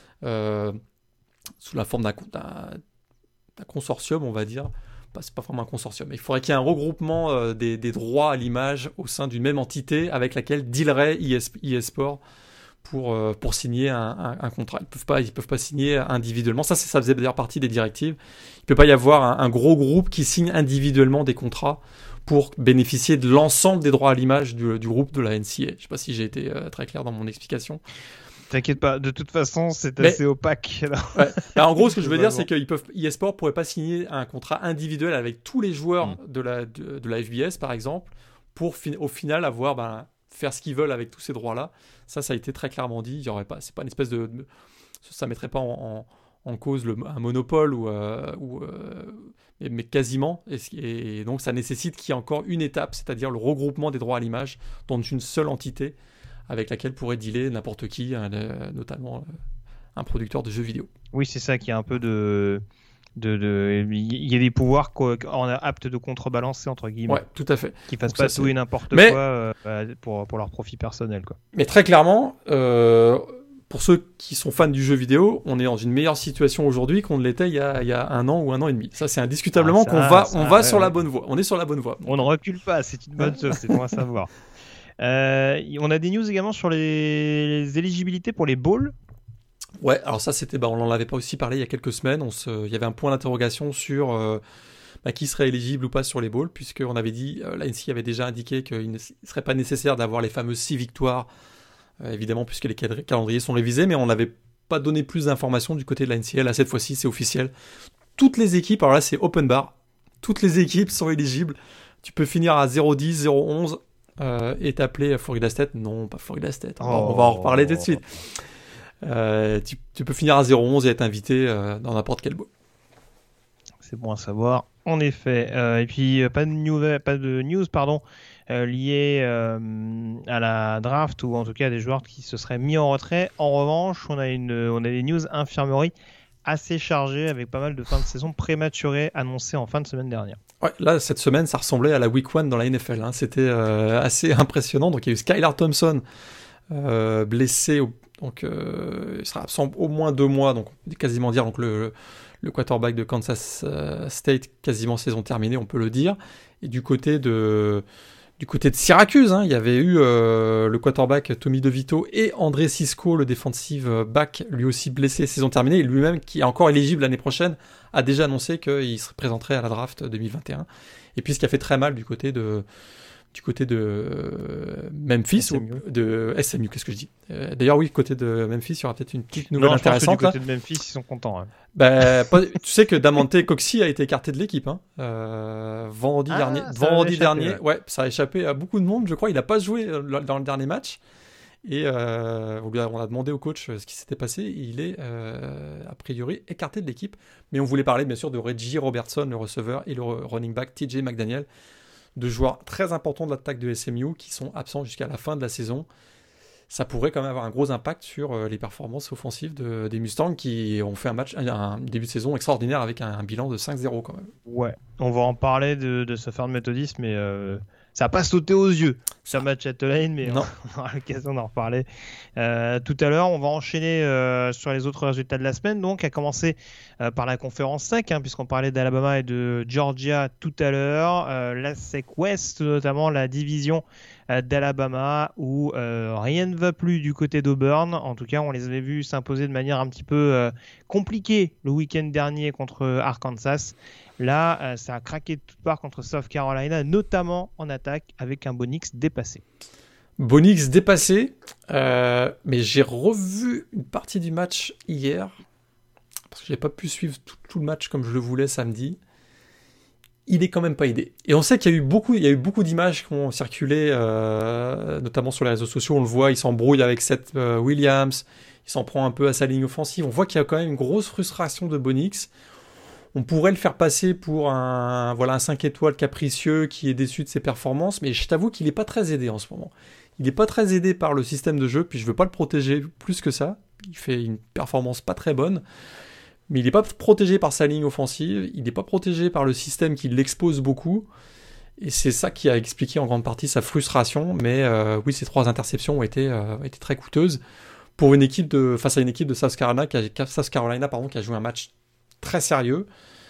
euh, sous la forme d'un, d'un, d'un consortium, on va dire. C'est pas vraiment un consortium, mais il faudrait qu'il y ait un regroupement euh, des, des droits à l'image au sein d'une même entité avec laquelle dealerait eSport pour, euh, pour signer un, un, un contrat. Ils peuvent pas, ils peuvent pas signer individuellement. Ça, c'est, ça faisait d'ailleurs partie des directives. Il peut pas y avoir un, un gros groupe qui signe individuellement des contrats pour bénéficier de l'ensemble des droits à l'image du, du groupe de la N C A A. Je sais pas si j'ai été euh, très clair dans mon explication. T'inquiète pas, de toute façon, c'est mais, assez opaque. Ouais. Bah, en gros, ce que je veux dire, c'est qu'ils peuvent, eSport pourrait pas signer un contrat individuel avec tous les joueurs mm. de, la, de, de la F B S, par exemple, pour fin, au final avoir, ben, faire ce qu'ils veulent avec tous ces droits-là. Ça, ça a été très clairement dit. Il y aurait pas, c'est pas une espèce de, de ça mettrait pas en, en, en cause le, un monopole ou, euh, ou euh, mais quasiment. Et, et donc, ça nécessite qu'il y ait encore une étape, c'est-à-dire le regroupement des droits à l'image dans une seule entité, avec laquelle pourrait dealer n'importe qui, hein, notamment euh, un producteur de jeux vidéo. Oui, c'est ça qui est un peu de... de, de... Il y a des pouvoirs qu'on est apte de contrebalancer, entre guillemets. Ouais, tout à fait. Qui ne fassent pas tout et n'importe mais... quoi euh, pour, pour leur profit personnel, quoi. Mais très clairement, euh, pour ceux qui sont fans du jeu vidéo, on est dans une meilleure situation aujourd'hui qu'on ne l'était il y a, il y a un an ou un an et demi. Ça, c'est indiscutablement ah, ça, qu'on va, ça, on va ouais, sur ouais. la bonne voie. On est sur la bonne voie. On ne recule pas, c'est une bonne chose, c'est bon à savoir. Euh, on a des news également sur les, les éligibilités pour les bowls. Ouais, alors ça, c'était, bah, on n'en avait pas aussi parlé il y a quelques semaines. On se, il y avait un point d'interrogation sur euh, bah, qui serait éligible ou pas sur les bowls, puisqu'on avait dit, euh, la N C A A avait déjà indiqué qu'il ne serait pas nécessaire d'avoir les fameuses six victoires, euh, évidemment, puisque les cadri- calendriers sont révisés, mais on n'avait pas donné plus d'informations du côté de la N C A A. Là, cette fois-ci, c'est officiel. Toutes les équipes, alors là, c'est open bar, toutes les équipes sont éligibles. Tu peux finir à zéro dix, zéro onze. Euh, et t'appeler Florida State, non, pas Florida State, on, oh. va, on va en reparler tout de suite. Euh, tu, tu peux finir à zéro onze et être invité euh, dans n'importe quel bowl. C'est bon à savoir, en effet. Euh, et puis, pas de, new- pas de news, pardon, euh, liées euh, à la draft ou en tout cas des joueurs qui se seraient mis en retrait. En revanche, on a, une, on a des news infirmerie assez chargées avec pas mal de fins de saison prématurées annoncées en fin de semaine dernière. Ouais, là, cette semaine, ça ressemblait à la week one dans la N F L. Hein. C'était euh, assez impressionnant. Donc, il y a eu Skylar Thompson euh, blessé. Au, donc, euh, il sera absent au moins deux mois. Donc, on peut quasiment dire donc, le, le quarterback de Kansas State, quasiment saison terminée, on peut le dire. Et du côté de, du côté de Syracuse, hein, il y avait eu euh, le quarterback Tommy DeVito et André Cisco, le defensive back, lui aussi blessé, saison terminée. Et lui-même, qui est encore éligible l'année prochaine, a déjà annoncé qu'il se présenterait à la draft deux mille vingt et un. Et puis ce qui a fait très mal du côté de, du côté de euh, Memphis, S M U. ou de S M U, qu'est-ce que je dis euh, D'ailleurs, oui, côté de Memphis, il y aura peut-être une petite nouvelle non, intéressante. Je pense que du côté de Memphis, ils sont contents. Hein. Bah, pas, tu sais que Damante Coxie a été écarté de l'équipe hein, euh, vendredi ah, dernier. Vendredi échappé, dernier, ouais. ouais, ça a échappé à beaucoup de monde, je crois. Il n'a pas joué dans le dernier match. Et euh, on a demandé au coach ce qui s'était passé. Il est euh, a priori écarté de l'équipe. Mais on voulait parler bien sûr de Reggie Robertson, le receveur, et le running back T J McDaniel, deux joueurs très importants de l'attaque de S M U qui sont absents jusqu'à la fin de la saison. Ça pourrait quand même avoir un gros impact sur euh, les performances offensives de, des Mustangs qui ont fait un match, un, un début de saison extraordinaire avec un, un bilan de cinq zéro quand même. Ouais, on va en parler de, de Southern Methodist, mais euh, ça n'a pas sauté aux yeux sur match à Tulane, mais on, on aura l'occasion d'en reparler euh, tout à l'heure. On va enchaîner euh, sur les autres résultats de la semaine, donc à commencer euh, par la conférence S E C, hein, puisqu'on parlait d'Alabama et de Georgia tout à l'heure. Euh, la S E C West, notamment la division euh, d'Alabama, où euh, rien ne va plus du côté d'Auburn. En tout cas, on les avait vus s'imposer de manière un petit peu euh, compliquée le week-end dernier contre Arkansas. Là, euh, ça a craqué de toutes parts contre South Carolina, notamment en attaque, avec un Bonix dépassé. Bonix dépassé, euh, mais j'ai revu une partie du match hier, parce que je n'ai pas pu suivre tout, tout le match comme je le voulais samedi. Il est quand même pas aidé. Et on sait qu'il y a eu beaucoup, il y a eu beaucoup d'images qui ont circulé, euh, notamment sur les réseaux sociaux. On le voit, il s'embrouille avec Seth euh, Williams, il s'en prend un peu à sa ligne offensive. On voit qu'il y a quand même une grosse frustration de Bonix. On pourrait le faire passer pour un, voilà, un cinq étoiles capricieux qui est déçu de ses performances, mais je t'avoue qu'il n'est pas très aidé en ce moment. Il n'est pas très aidé par le système de jeu, puis je ne veux pas le protéger plus que ça. Il fait une performance pas très bonne, mais il n'est pas protégé par sa ligne offensive, il n'est pas protégé par le système qui l'expose beaucoup, et c'est ça qui a expliqué en grande partie sa frustration, mais euh, oui, ces trois interceptions ont été, euh, ont été très coûteuses pour une équipe de, face à une équipe de South Carolina qui a, South Carolina, pardon, qui a joué un match très sérieux,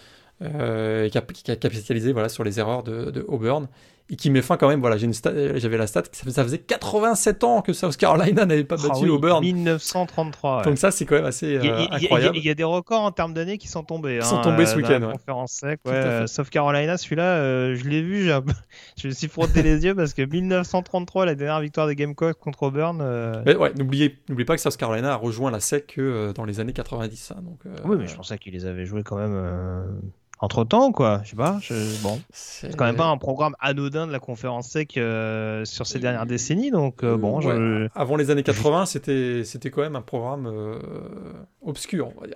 euh, et qui a, qui a capitalisé voilà, sur les erreurs de, de Auburn, et qui met fin quand même, voilà, j'ai une stat, j'avais la stat, ça faisait quatre-vingt-sept ans que South Carolina n'avait pas battu oh oui, Auburn. dix-neuf cent trente-trois. Ouais. Donc ça, c'est quand même assez euh, il y a, incroyable. Il y, y, y a des records en termes d'années qui sont tombés. Qui hein, sont tombés ce euh, week-end. Dans la ouais. conférence sec, ouais. Euh, South Carolina, celui-là, euh, je l'ai vu, j'ai... je me suis frotté les yeux parce que dix-neuf cent trente-trois, la dernière victoire des Gamecocks contre Auburn. Euh... Mais ouais, n'oubliez, n'oubliez pas que South Carolina a rejoint la S E C que euh, dans les années quatre-vingt-dix. Hein, donc, euh, oui, mais je pensais qu'ils les avaient joués quand même... Euh... Entre temps, quoi, je sais pas. Je... Bon, c'est... c'est quand même pas un programme anodin de la conférence sec euh, sur ces dernières décennies, donc euh, bon. Ouais. Je... Avant les années quatre-vingts, c'était c'était quand même un programme euh, obscur, on va dire.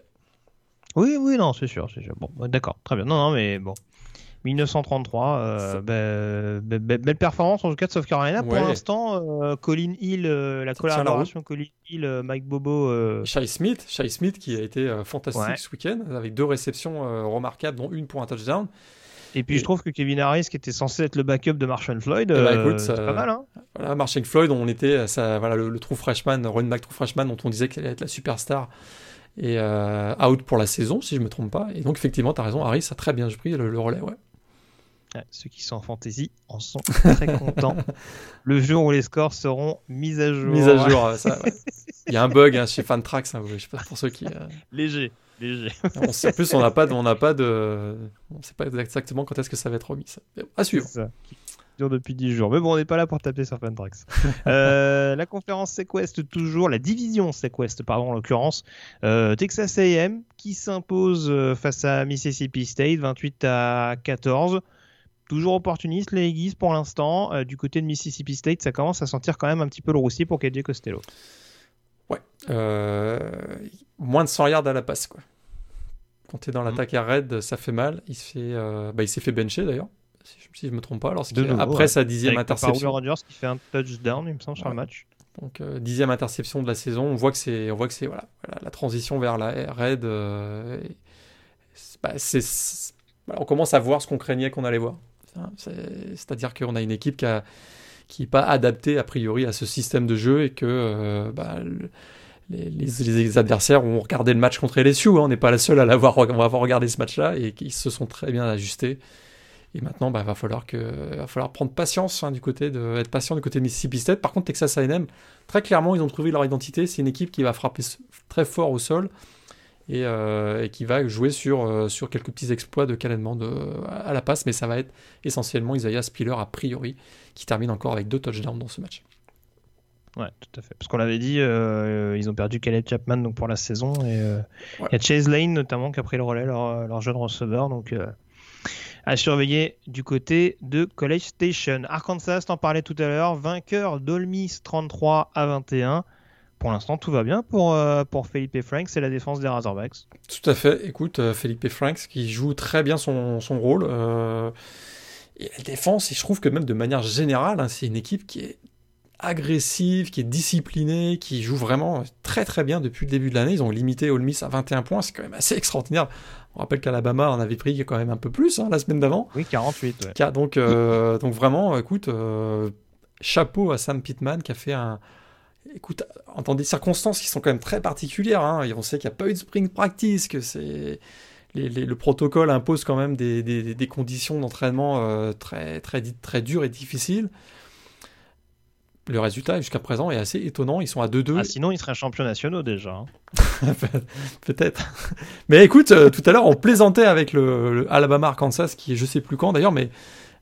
Oui, oui, non, c'est sûr, c'est sûr. Bon, d'accord, très bien. Non, non, mais bon. dix-neuf cent trente-trois, euh, be- be- be- belle performance en tout cas de South Carolina. Ouais. Pour l'instant, euh, Colin Hill, euh, la ça collaboration la Colin Hill, euh, Mike Bobo. Euh... Shai Smith, Shai Smith qui a été euh, fantastique ouais. ce week-end avec deux réceptions euh, remarquables, dont une pour un touchdown. Et puis et... je trouve que Kevin Harris, qui était censé être le backup de Marshall Floyd, euh, bah, écoute, c'est pas mal. Hein voilà, Marshall Floyd, on était, ça, voilà, le, le true freshman, running back true freshman, dont on disait qu'elle allait être la superstar. Et euh, out pour la saison, si je ne me trompe pas. Et donc, effectivement, tu as raison, Harris a très bien pris le, le relais. Ouais. Ouais, ceux qui sont en fantasy en sont très contents. Le jour où les scores seront mis à jour. Mis à jour, ça, ouais. Il y a un bug hein, chez Fantrax, hein, je sais pas pour ceux qui. Euh... Léger, léger. On sait, en plus, on n'a pas, de, on n'a pas de, on sait pas exactement quand est-ce que ça va être remis. Ça. À suivre. C'est ça. Dure depuis dix jours. Mais bon, on n'est pas là pour taper sur Fantrax. euh, la conférence S E C West toujours, la division S E C West, pardon, en l'occurrence. Euh, Texas A and M qui s'impose face à Mississippi State, vingt-huit à quatorze. Toujours opportuniste les Aggies pour l'instant. Euh, du côté de Mississippi State, ça commence à sentir quand même un petit peu le roussi pour K J Costello. Ouais. Euh, moins de cent yards à la passe, quoi. Quand tu es dans l'attaque mmh. à raid, ça fait mal. Il, se fait, euh, bah, il s'est fait bencher d'ailleurs. si je, si je me trompe pas. Alors, De nouveau, après ouais. sa dixième Avec interception. Will Rogers qui fait un touchdown, il me semble, sur le Ouais. match. Donc euh, dixième interception de la saison, on voit que c'est, on voit que c'est voilà, voilà, la transition vers la air raid. Euh, et c'est, bah, c'est, c'est- voilà, on commence à voir ce qu'on craignait qu'on allait voir. Hein, c'est, c'est-à-dire qu'on a une équipe qui a, qui n'est pas adaptée a priori à ce système de jeu et que euh, bah, le- les, les- les adversaires ont regardé le match contre L S U. Hein, on n'est pas la seule à l'avoir, on va avoir regardé ce match-là et qu'ils se sont très bien ajustés. Et maintenant, bah, va falloir que, va falloir prendre patience hein, du côté de, être patient du côté de Mississippi State. Par contre, Texas A and M, très clairement, ils ont trouvé leur identité. C'est une équipe qui va frapper très fort au sol et, euh, et qui va jouer sur, euh, sur quelques petits exploits de calénement de, à la passe, mais ça va être essentiellement Isaiah Spiller a priori qui termine encore avec deux touchdowns dans ce match. Ouais, tout à fait. Parce qu'on l'avait dit, euh, ils ont perdu Caleb Chapman donc, pour la saison. Et euh, il Ouais. y a Chase Lane notamment qui a pris le relais, leur, leur jeune receveur. Donc euh, à surveiller du côté de College Station. Arkansas, t'en parlais tout à l'heure, vainqueur d'Ole Miss trente-trois à vingt et un. Pour l'instant, tout va bien pour, euh, pour Felipe Franks et la défense des Razorbacks. Tout à fait. Écoute, euh, Felipe Franks qui joue très bien son, son rôle. Euh, et la défense, et je trouve que même de manière générale, hein, c'est une équipe qui est agressive, qui est disciplinée, qui joue vraiment très très bien depuis le début de l'année. Ils ont limité Ole Miss à vingt et un points, c'est quand même assez extraordinaire. On rappelle qu'Alabama en avait pris quand même un peu plus hein, la semaine d'avant. Oui, quarante-huit. Ouais. Donc, euh, donc vraiment, écoute, euh, chapeau à Sam Pittman qui a fait un... Écoute, dans des circonstances qui sont quand même très particulières, hein, et on sait qu'il n'y a pas eu de spring practice, que c'est... Les, les, le protocole impose quand même des, des, des conditions d'entraînement euh, très, très, très dures et difficiles. Le résultat, jusqu'à présent, est assez étonnant. Ils sont à deux deux. Ah, sinon, ils seraient champions nationaux déjà. Hein. Peut-être. Mais écoute, euh, tout à l'heure, on plaisantait avec le, le Alabama-Arkansas, qui est je sais plus quand d'ailleurs, mais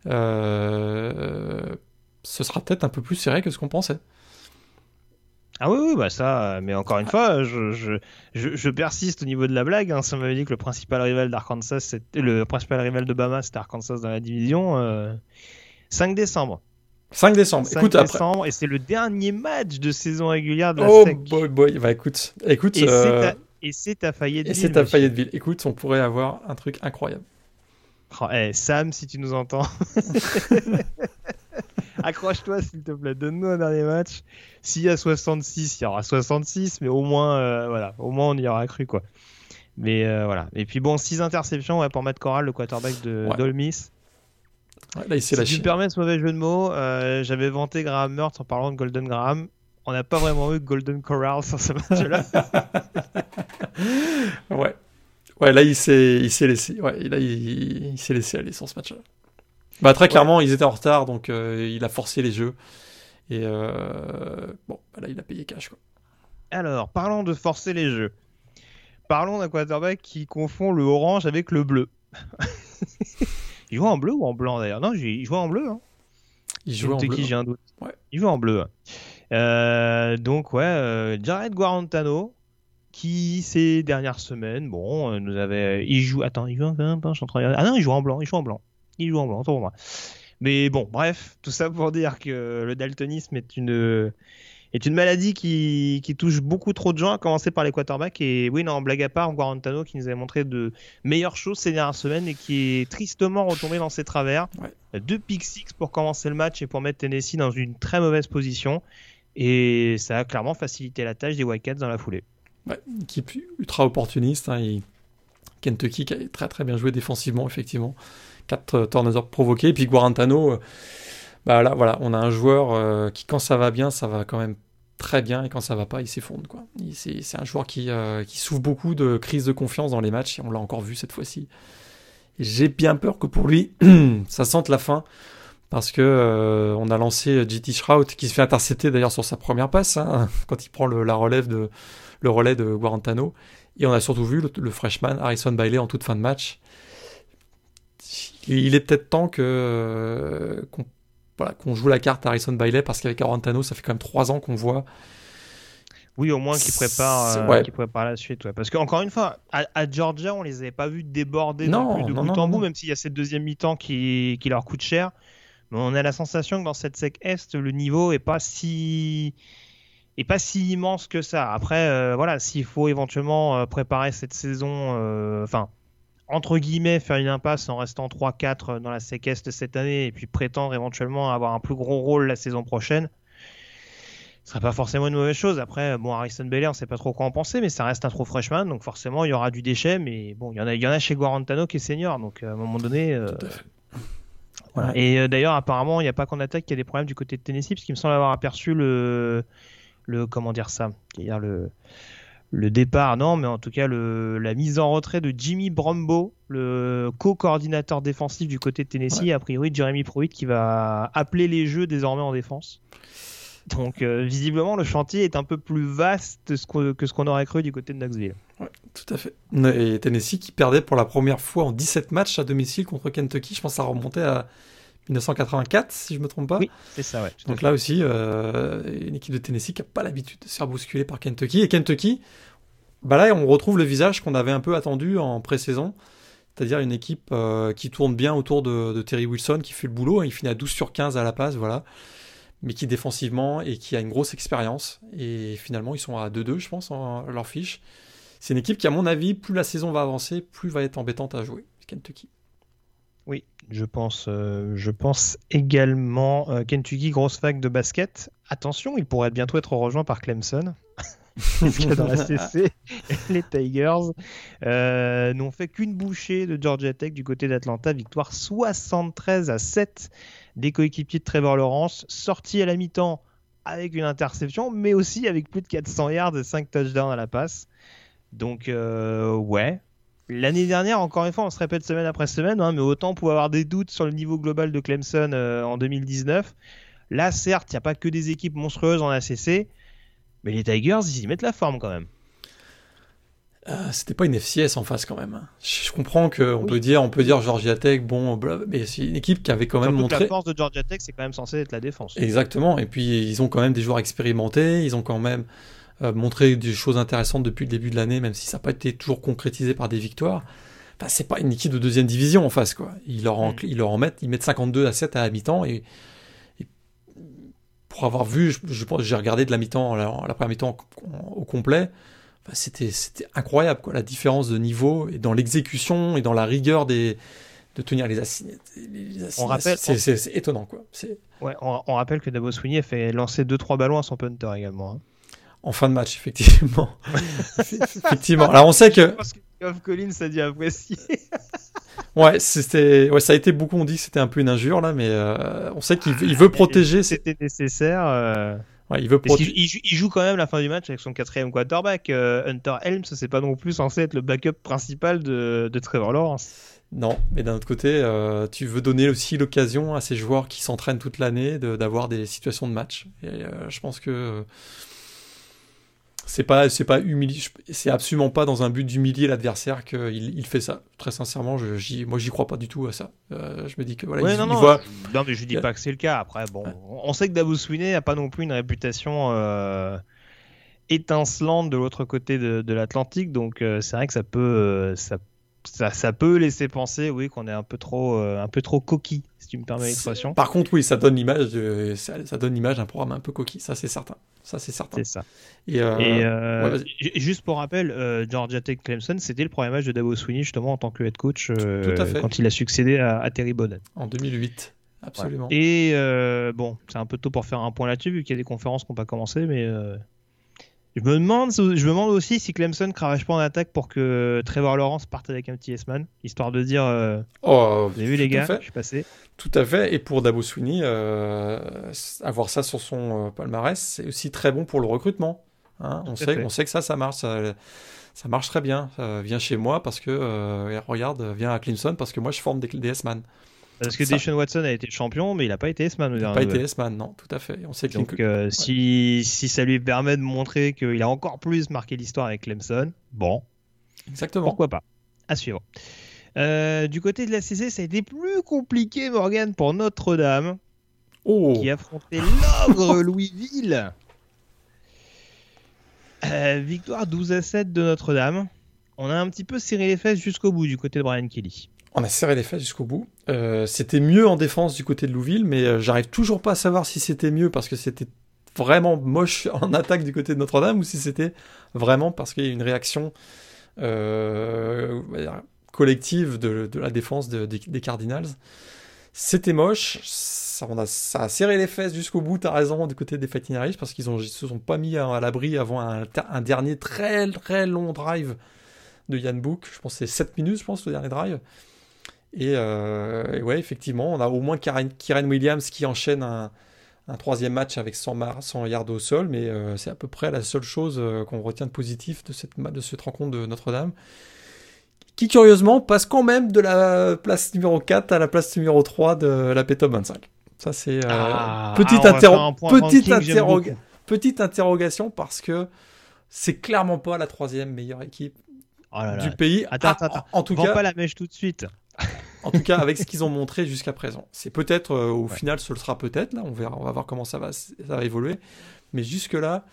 euh, ce sera peut-être un peu plus serré que ce qu'on pensait. Ah oui, oui, bah ça, mais encore une fois, je, je, je, je persiste au niveau de la blague. Hein. Ça m'avait dit que le principal rival d'Arkansas, c'était, le principal rival de Bama, c'était Arkansas dans la division. Euh, cinq décembre. cinq décembre. cinq Écoute, décembre, après... et c'est le dernier match de saison régulière de la Oh S E C. boy, boy. Bah écoute, écoute. Et euh... c'est à, et c'est à Fayetteville. Et c'est à monsieur. Fayetteville. Écoute, on pourrait avoir un truc incroyable. Oh, hey, Sam, si tu nous entends. Accroche-toi s'il te plaît, donne-nous un dernier match. S'il y a soixante-six, il y aura soixante-six, mais au moins, euh, voilà, au moins on y aura cru quoi. Mais euh, voilà. Et puis bon, six interceptions ouais, pour Matt Corral, le quarterback de Ouais. d'Ole Miss. Ouais, là, il s'est Si lâché. tu me permets ce mauvais jeu de mots, euh, j'avais vanté Graham Mertz en parlant de Golden Graham. On n'a pas vraiment eu Golden Corral sur ce match-là. ouais. Ouais, là, il s'est, il s'est laissé. Ouais, là, il, il s'est laissé aller sur ce match-là. Bah, très clairement, ouais. Ils étaient en retard, donc euh, il a forcé les jeux. Et euh, bon, bah là, il a payé cash, quoi. Alors, parlons de forcer les jeux. Parlons d'un quarterback qui confond le orange avec le bleu. Il jouait en bleu ou en blanc d'ailleurs? Non, il jouait en bleu. Hein. Il jouait en bleu. Qui, j'ai un doute. Ouais. Il jouait en bleu. Euh, donc ouais, euh, Jared Guarantano, qui ces dernières semaines, bon, euh, nous avait, il joue. Attends, il joue en blanc. Je suis en train de regarder. Ah non, il joue en blanc. Il joue en blanc. Il joue en blanc. Attends pour moi. Mais bon, bref, tout ça pour dire que le daltonisme est une est une maladie qui, qui touche beaucoup trop de gens, à commencer par les quarterbacks. Et oui, non, blague à part, Guarantano qui nous avait montré de meilleures choses ces dernières semaines et qui est tristement retombé dans ses travers. Ouais. Deux pick six pour commencer le match et pour mettre Tennessee dans une très mauvaise position. Et ça a clairement facilité la tâche des Wildcats dans la foulée. Ouais, une équipe ultra opportuniste. Hein, et Kentucky qui a très très bien joué défensivement, effectivement. Quatre turnovers provoqués. Et puis Guarantano... Euh... Bah là, voilà, on a un joueur euh, qui, quand ça va bien, ça va quand même très bien, et quand ça va pas, il s'effondre, quoi. Il, c'est, c'est un joueur qui, euh, qui souffre beaucoup de crise de confiance dans les matchs, et on l'a encore vu cette fois-ci. Et j'ai bien peur que pour lui, ça sente la fin, parce que euh, on a lancé J T Shrout, qui se fait intercepter d'ailleurs sur sa première passe, hein, quand il prend le, la relève de, le relais de Guarantano, et on a surtout vu le, le freshman Harrison Bailey en toute fin de match. Il est peut-être temps que euh, qu'on Voilà, qu'on joue la carte Harrison Bailey, parce qu'avec Guarantano, ça fait quand même trois ans qu'on voit. Oui, au moins qu'il prépare, euh, ouais. qu'il prépare la suite. Ouais. Parce qu'encore une fois, à, à Georgia, on les avait pas vus déborder non, non plus de non, bout non, en bout, non. même s'il y a cette deuxième mi-temps qui, qui leur coûte cher. Mais on a la sensation que dans cette S E C Est, le niveau est pas si est pas si immense que ça. Après, euh, voilà, s'il faut éventuellement euh, préparer cette saison, enfin. Euh, entre guillemets, faire une impasse en restant trois quatre dans la S E C Est cette année et puis prétendre éventuellement avoir un plus gros rôle la saison prochaine, ce serait pas forcément une mauvaise chose. Après, bon, Harrison Belair, on sait pas trop quoi en penser, mais ça reste un true freshman, donc forcément, il y aura du déchet, mais bon, il y en a, il y en a chez Guarantano qui est senior, donc à un moment donné... Euh, voilà. Et euh, d'ailleurs, apparemment, il n'y a pas qu'en attaque qu'il y a des problèmes du côté de Tennessee, parce qu'il me semble avoir aperçu le... le comment dire ça c'est-à-dire le... le départ, non, mais en tout cas, le... la mise en retrait de Jimmy Brombo, le co-coordinateur défensif du côté de Tennessee, ouais. A priori, Jeremy Pruitt qui va appeler les jeux désormais en défense. Donc, euh, visiblement, le chantier est un peu plus vaste que ce qu'on, que ce qu'on aurait cru du côté de Knoxville. Ouais, tout à fait. Et Tennessee qui perdait pour la première fois en dix-sept matchs à domicile contre Kentucky. Je pense que ça remontait à dix-neuf cent quatre-vingt-quatre, si je ne me trompe pas. Oui, c'est ça, ouais. Donc là aussi, euh, une équipe de Tennessee qui n'a pas l'habitude de se faire bousculer par Kentucky. Et Kentucky, bah là, on retrouve le visage qu'on avait un peu attendu en pré-saison. C'est-à-dire une équipe euh, qui tourne bien autour de, de Terry Wilson, qui fait le boulot. Il finit à douze sur quinze à la passe, voilà. Mais qui défensivement et qui a une grosse expérience. Et finalement, ils sont à deux deux, je pense, en leur fiche. C'est une équipe qui, à mon avis, plus la saison va avancer, plus va être embêtante à jouer. Kentucky. Oui, je pense, euh, je pense également. Euh, Kentucky, grosse vague de basket. Attention, il pourrait bientôt être rejoint par Clemson. Parce que dans la C C, les Tigers euh, n'ont fait qu'une bouchée de Georgia Tech du côté d'Atlanta. Victoire soixante-treize à sept des coéquipiers de Trevor Lawrence, sorti à la mi-temps avec une interception, mais aussi avec plus de quatre cents yards et cinq touchdowns à la passe. Donc, euh, ouais. L'année dernière, encore une fois, on se répète semaine après semaine, hein, mais autant on pouvait avoir des doutes sur le niveau global de Clemson euh, en deux mille dix-neuf. Là, certes, il n'y a pas que des équipes monstrueuses en A C C, mais les Tigers, ils y mettent la forme quand même. Euh, c'était pas une F C S en face quand même. Je comprends qu'on oui. peut dire, on peut dire Georgia Tech, bon, blablabla, mais c'est une équipe qui avait quand même Surtout montré. Que la force de Georgia Tech, c'est quand même censé être la défense. Exactement. Et puis ils ont quand même des joueurs expérimentés, ils ont quand même euh, montré des choses intéressantes depuis le début de l'année, même si ça n'a pas été toujours concrétisé par des victoires. Enfin, c'est pas une équipe de deuxième division en face, quoi. Ils leur en, mm. ils leur en mettent, ils mettent cinquante-deux à sept à la mi-temps et, et pour avoir vu, je, je pense, j'ai regardé de la mi-temps, la, la première mi-temps au complet. Enfin, c'était, c'était incroyable, quoi, la différence de niveau et dans l'exécution et dans la rigueur des, de tenir les assignés. Les assignés on rappelle, c'est, c'est, c'est étonnant, quoi. C'est... Ouais, on, on rappelle que Dabo Swinney a fait lancer deux trois ballons à son punter également. Hein. En fin de match, effectivement. effectivement. Alors on sait que. Je pense que Geoff Collins a dû apprécier. ouais, c'était, ouais, ça a été beaucoup. On dit que c'était un peu une injure là, mais euh, on sait qu'il veut, il veut protéger. C'était nécessaire. Euh... Ouais, il veut proté- il, joue, il joue quand même la fin du match avec son quatrième quarterback. Euh, Hunter Helms, c'est pas non plus censé être le backup principal de, de Trevor Lawrence. Non, mais d'un autre côté, euh, tu veux donner aussi l'occasion à ces joueurs qui s'entraînent toute l'année de, d'avoir des situations de match. Et euh, je pense que euh, c'est pas, c'est pas humili- c'est absolument pas dans un but d'humilier l'adversaire qu'il il fait ça. Très sincèrement, je, j'y, moi j'y crois pas du tout à ça. Euh, je me dis que voilà, ouais, il, non, il non, voit. Je, non, mais je dis pas que c'est le cas. Après, bon, ouais. On sait que Dabo Swinney a pas non plus une réputation euh, étincelante de l'autre côté de, de l'Atlantique, donc euh, c'est vrai que ça peut, euh, ça, ça, ça peut laisser penser, oui, qu'on est un peu trop, euh, un peu trop coquille, si tu me permets l'expression. Par contre, oui, ça donne l'image, de, ça, ça donne l'image d'un programme un peu coquille. Ça, c'est certain. Ça, c'est certain. C'est ça. Et, euh, Et euh, ouais, juste pour rappel, euh, Georgia Tech Clemson, c'était le premier match de Dabo Swinney justement en tant que head coach euh, quand il a succédé à, à Terry Bowden. En deux mille huit, absolument. Ouais. Et euh, bon, c'est un peu tôt pour faire un point là-dessus vu qu'il y a des conférences qui n'ont pas commencé, mais euh, je me demande, je me demande aussi si Clemson cravache pas en attaque pour que Trevor Lawrence parte avec un petit S-man, histoire de dire euh, oh, vous avez vu les gars, je suis passé. Tout à fait, et pour Dabo Swinney, euh, avoir ça sur son euh, palmarès, c'est aussi très bon pour le recrutement. Hein, on, sait, on sait que ça, ça marche, ça, ça marche très bien. Euh, viens chez moi parce que, euh, regarde, viens à Clemson parce que moi je forme des, des S-man. Parce que Deshaun Watson a été champion, mais il n'a pas été S-man. Il n'a pas été S-man, non, tout à fait. On sait Donc euh, ouais. si, si ça lui permet de montrer qu'il a encore plus marqué l'histoire avec Clemson, bon, exactement. Pourquoi pas. À suivre. Euh, du côté de la C C, ça a été plus compliqué, Morgan, pour Notre-Dame, oh. qui affrontait l'ogre Louisville. Euh, victoire douze à sept de Notre-Dame. On a un petit peu serré les fesses jusqu'au bout du côté de Brian Kelly. On a serré les fesses jusqu'au bout. Euh, c'était mieux en défense du côté de Louisville, mais euh, j'arrive toujours pas à savoir si c'était mieux parce que c'était vraiment moche en attaque du côté de Notre-Dame ou si c'était vraiment parce qu'il y a une réaction euh, collective de, de la défense de, de, des Cardinals. C'était moche, ça, on a, ça a serré les fesses jusqu'au bout, t'as raison, du côté des Fighting Irish, parce qu'ils ne se sont pas mis à, à l'abri avant un, un dernier très très long drive de Ian Book. Je pense que c'est sept minutes, je pense, le dernier drive. Et, euh, et ouais, effectivement, on a au moins Kyren Williams qui enchaîne un, un troisième match avec cent, mar- cent yards au sol, mais euh, c'est à peu près la seule chose euh, qu'on retient de positif de cette, de cette rencontre de Notre-Dame, qui curieusement passe quand même de la place numéro quatre à la place numéro trois de la P-Top vingt-cinq. Ça, c'est euh, Ah, petite, ah, interro- petite, ranking, interroga- petite interrogation, parce que c'est clairement pas la troisième meilleure équipe oh là là. du pays. Attends, Ah, attends, attends. En, en tout Vends cas, pas la mèche tout de suite. en tout cas, avec ce qu'ils ont montré jusqu'à présent. C'est peut-être, euh, au Ouais. final, ce le sera peut-être, là, on verra, on va voir comment ça va, ça va évoluer. Mais jusque-là,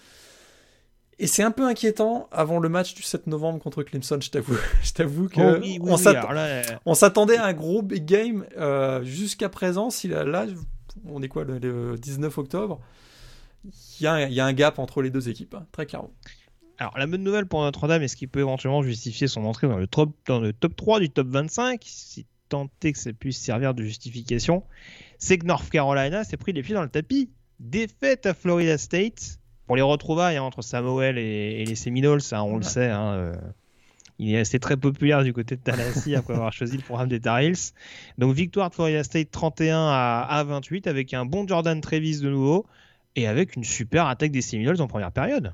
et c'est un peu inquiétant avant le match du sept novembre contre Clemson, je t'avoue, je t'avoue que Oh oui, oui, on, oui, s'att- alors là, euh, on s'attendait à un gros big game euh, jusqu'à présent. Si là, là, on est quoi, le, le dix-neuf octobre, il y, a un- il y a un gap entre les deux équipes, hein, très clairement. Alors, la bonne nouvelle pour Notre-Dame, et ce qui peut éventuellement justifier son entrée dans le top, dans le top trois du top vingt-cinq, si tant est que ça puisse servir de justification, c'est que North Carolina s'est pris les pieds dans le tapis. Défaite à Florida State. Pour les retrouvailles hein, entre Samuel et, et les Seminoles, hein, on ouais. le sait, hein, euh, il est resté très populaire du côté de Tallahassee après avoir choisi le programme des Tar Heels. Donc, victoire de Florida State trente et un à vingt-huit avec un bon Jordan Travis de nouveau et avec une super attaque des Seminoles en première période.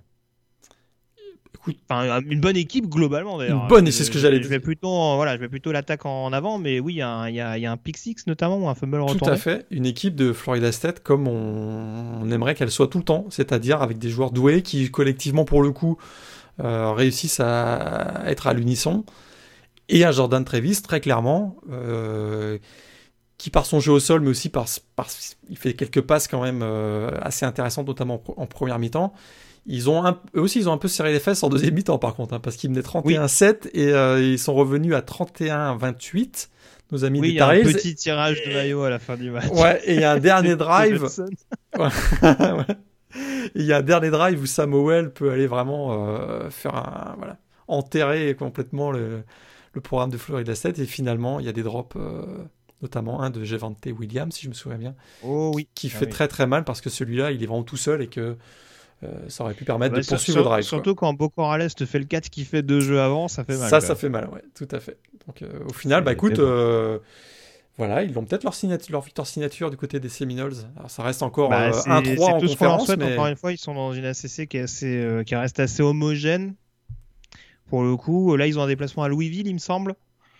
Écoute, enfin, une bonne équipe globalement d'ailleurs. Une bonne, et c'est ce que j'allais dire. Je vais plutôt, voilà, je vais plutôt l'attaque en avant, mais oui, il y, y, y a un pick six notamment ou un fumble retourné. Tout à fait, une équipe de Florida State comme on, on aimerait qu'elle soit tout le temps, c'est-à-dire avec des joueurs doués qui collectivement pour le coup euh, réussissent à être à l'unisson, et un Jordan Travis très clairement euh, qui par son jeu au sol, mais aussi par, par il fait quelques passes quand même euh, assez intéressantes, notamment en, en première mi-temps. Ils ont un, eux aussi, ils ont un peu serré les fesses en deuxième mi-temps, par contre, hein, parce qu'ils menaient trente et un sept oui. et euh, ils sont revenus à trente et un vingt-huit. Nos amis oui, des Tar Heels. Oui, il y a un petit tirage de maillot à la fin du match. Ouais, et il y a un dernier drive. ouais. ouais. Il y a un dernier drive où Samuel peut aller vraiment euh, faire un, voilà, enterrer complètement le, le programme de Florida State. Et finalement, il y a des drops, euh, notamment un de Javonte Williams, si je me souviens bien, oh, oui. qui ah, fait oui. très très très mal parce que celui-là, il est vraiment tout seul et que Euh, ça aurait pu permettre bah, de poursuivre sur, le drive. Surtout quoi. Quand Boko Rales te fait le quatre qui fait deux jeux avant, ça fait mal. Ça, ça fait mal, ouais, tout à fait. Donc euh, au final, c'est bah écoute, euh, voilà, ils ont peut-être leur, signature, leur victoire signature du côté des Seminoles. Alors ça reste encore bah, euh, un trois en conférence. Souhaite, mais... Encore une fois, ils sont dans une A C C qui, est assez, euh, qui reste assez homogène. Pour le coup, là, ils ont un déplacement à Louisville, il me semble.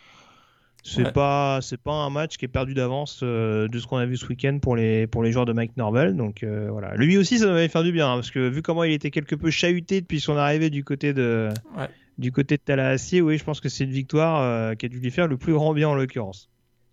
C'est ouais. pas c'est pas un match qui est perdu d'avance euh, de ce qu'on a vu ce week-end pour les pour les joueurs de Mike Norvell. Donc euh, voilà, lui aussi ça devait faire du bien hein, parce que vu comment il était quelque peu chahuté depuis son arrivée du côté de ouais. du côté de Tallahassee, oui, je pense que c'est une victoire euh, qui a dû lui faire le plus grand bien en l'occurrence.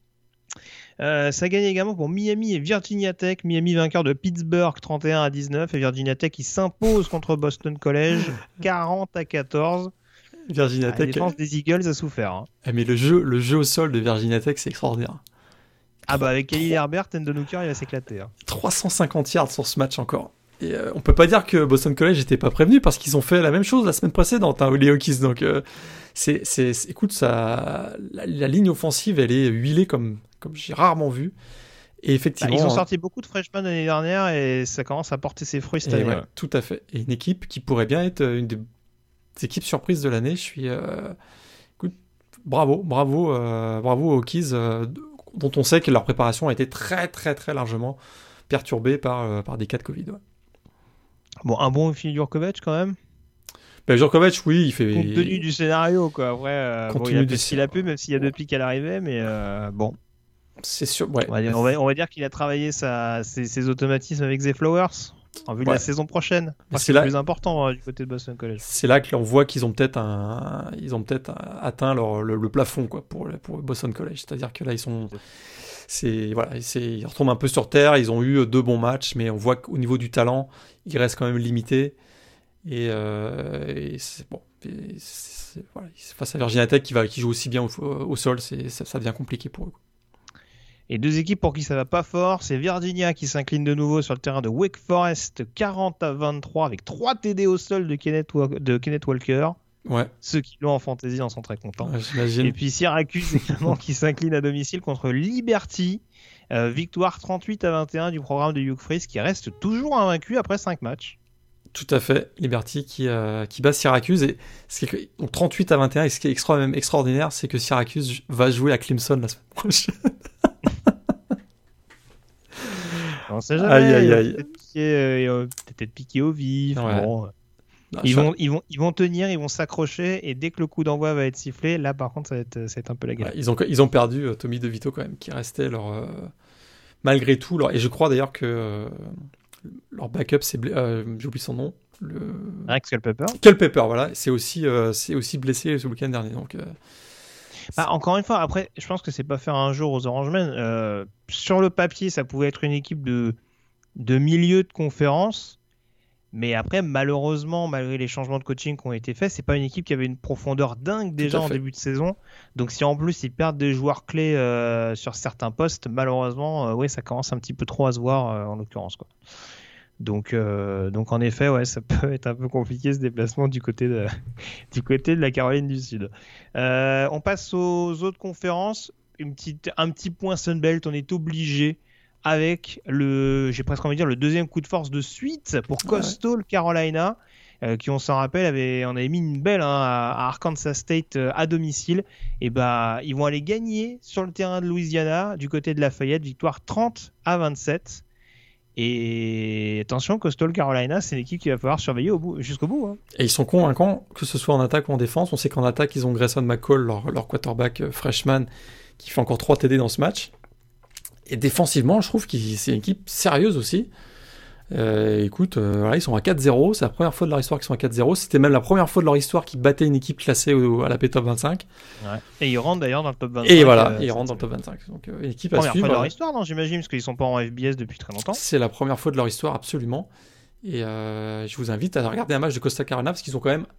Euh, ça gagne également pour Miami et Virginia Tech. Miami vainqueur de Pittsburgh trente et un à dix-neuf et Virginia Tech qui s'impose contre Boston College quarante à quatorze. Virginia ah, Tech. La défense des Eagles a souffert. Hein. Ah, mais le jeu, le jeu au sol de Virginia Tech, c'est extraordinaire. Ah bah avec Khalil Herbert, Hendon Hooker, il va s'éclater. Hein. trois cent cinquante yards sur ce match encore. Et euh, on peut pas dire que Boston College n'était pas prévenu parce qu'ils ont fait la même chose la semaine précédente, hein, les Hokies. Donc euh, c'est, c'est, c'est, écoute, ça, la, la ligne offensive, elle est huilée comme, comme j'ai rarement vu. Et effectivement, bah, ils ont sorti beaucoup de freshmen l'année dernière et ça commence à porter ses fruits cette année. Ouais, ouais. Tout à fait. Et une équipe qui pourrait bien être une des équipe surprise de l'année. Je suis euh, écoute, bravo, bravo, euh, bravo aux Hokies, euh, dont on sait que leur préparation a été très, très, très largement perturbée par, euh, par des cas de Covid. Ouais. Bon, un bon Phil Jurkovec quand même. Ben, Jurkovec, oui, il fait. Compte tenu du scénario, quoi. Après, euh, bon, il a fait ce qu'il a pu, même s'il y a deux pics à l'arrivée, mais euh, bon. C'est sûr. Ouais. On va dire, on va, on va dire qu'il a travaillé sa, ses, ses automatismes avec Zay Flowers. En vue de ouais. la saison prochaine, enfin, c'est, c'est là, le plus important euh, du côté de Boston College. C'est là que l'on voit qu'ils ont peut-être, un, ils ont peut-être atteint leur, le, le plafond quoi, pour, pour Boston College. C'est-à-dire que là, ils sont, c'est, voilà, c'est, ils retombent un peu sur terre. Ils ont eu deux bons matchs, mais on voit qu'au niveau du talent, ils restent quand même limités. Et, euh, et c'est bon. Et c'est, voilà, face à Virginia Tech qui, va, qui joue aussi bien au, au sol, c'est, ça, ça devient compliqué pour eux. Et deux équipes pour qui ça va pas fort, c'est Virginia qui s'incline de nouveau sur le terrain de Wake Forest quarante à vingt-trois avec trois T D au sol de Kenneth, de Kenneth Walker. Ouais. Ceux qui l'ont en fantasy en sont très contents. Ouais, j'imagine. Et puis Syracuse également qui s'incline à domicile contre Liberty. Euh, victoire trente-huit à vingt et un du programme de Hugh Freeze qui reste toujours invaincu après cinq matchs. Tout à fait. Liberty qui, euh, qui bat Syracuse. Et ce qui est, donc trente-huit à vingt et un. Et ce qui est extra, même extraordinaire, c'est que Syracuse va jouer à Clemson la semaine prochaine. On sait jamais. Aïe, aïe, aïe. Peut-être piqué, euh, peut-être piqué au vif. Ouais. Bon. Non, Ils ça- vont, ils, vont, ils vont tenir, ils vont s'accrocher, et dès que le coup d'envoi va être sifflé, là par contre ça va être, ça va être un peu la galère. Ouais, ils, ont, ils ont perdu euh, Tommy DeVito quand même, qui restait leur. euh, malgré tout. Leur, et je crois d'ailleurs que euh, leur backup, c'est. bla- euh, J'oublie son nom. Le... Rex Culpepper. Culpepper, voilà. C'est aussi, euh, c'est aussi blessé ce week-end dernier. Donc, euh, Bah, encore une fois, après, je pense que c'est pas faire un jour aux Orangemen. Euh, sur le papier, ça pouvait être une équipe de, de milieu de conférence. Mais après, malheureusement, malgré les changements de coaching qui ont été faits, c'est pas une équipe qui avait une profondeur dingue déjà à en fait. début de saison. Donc si en plus ils perdent des joueurs clés euh, sur certains postes, malheureusement, euh, ouais, ça commence un petit peu trop à se voir euh, en l'occurrence, quoi. Donc, euh, donc en effet, ouais, ça peut être un peu compliqué ce déplacement du côté de, du côté de la Caroline du Sud. Euh, on passe aux autres conférences. Une petite, un petit point Sunbelt, on est obligé avec le, j'ai presque envie de dire, le deuxième coup de force de suite pour Coastal Carolina, euh, qui on s'en rappelle, avait, on avait mis une belle hein, à, à Arkansas State euh, à domicile. Et bah, ils vont aller gagner sur le terrain de Louisiana du côté de Lafayette, victoire trente à vingt-sept. Et attention, Coastal Carolina, c'est une équipe qu'il va falloir surveiller au bout, jusqu'au bout. Hein. Et ils sont convaincants, que ce soit en attaque ou en défense. On sait qu'en attaque, ils ont Grayson McCall, leur, leur quarterback euh, freshman, qui fait encore trois T D dans ce match. Et défensivement, je trouve que c'est une équipe sérieuse aussi. Euh, écoute, euh, voilà, ils sont à quatre zéro. C'est la première fois de leur histoire qu'ils sont à quatre zéro. C'était même la première fois de leur histoire qu'ils battaient une équipe classée au, à la P Top vingt-cinq. Ouais. Et ils rentrent d'ailleurs dans le top vingt-cinq. Et voilà, euh, ils rentrent dans le top vingt-cinq. Donc, euh, une équipe à première suivre. fois de leur histoire, non, j'imagine, parce qu'ils sont pas en F B S depuis très longtemps. C'est la première fois de leur histoire, absolument. Et euh, je vous invite à regarder un match de Coastal Carolina parce qu'ils ont quand même.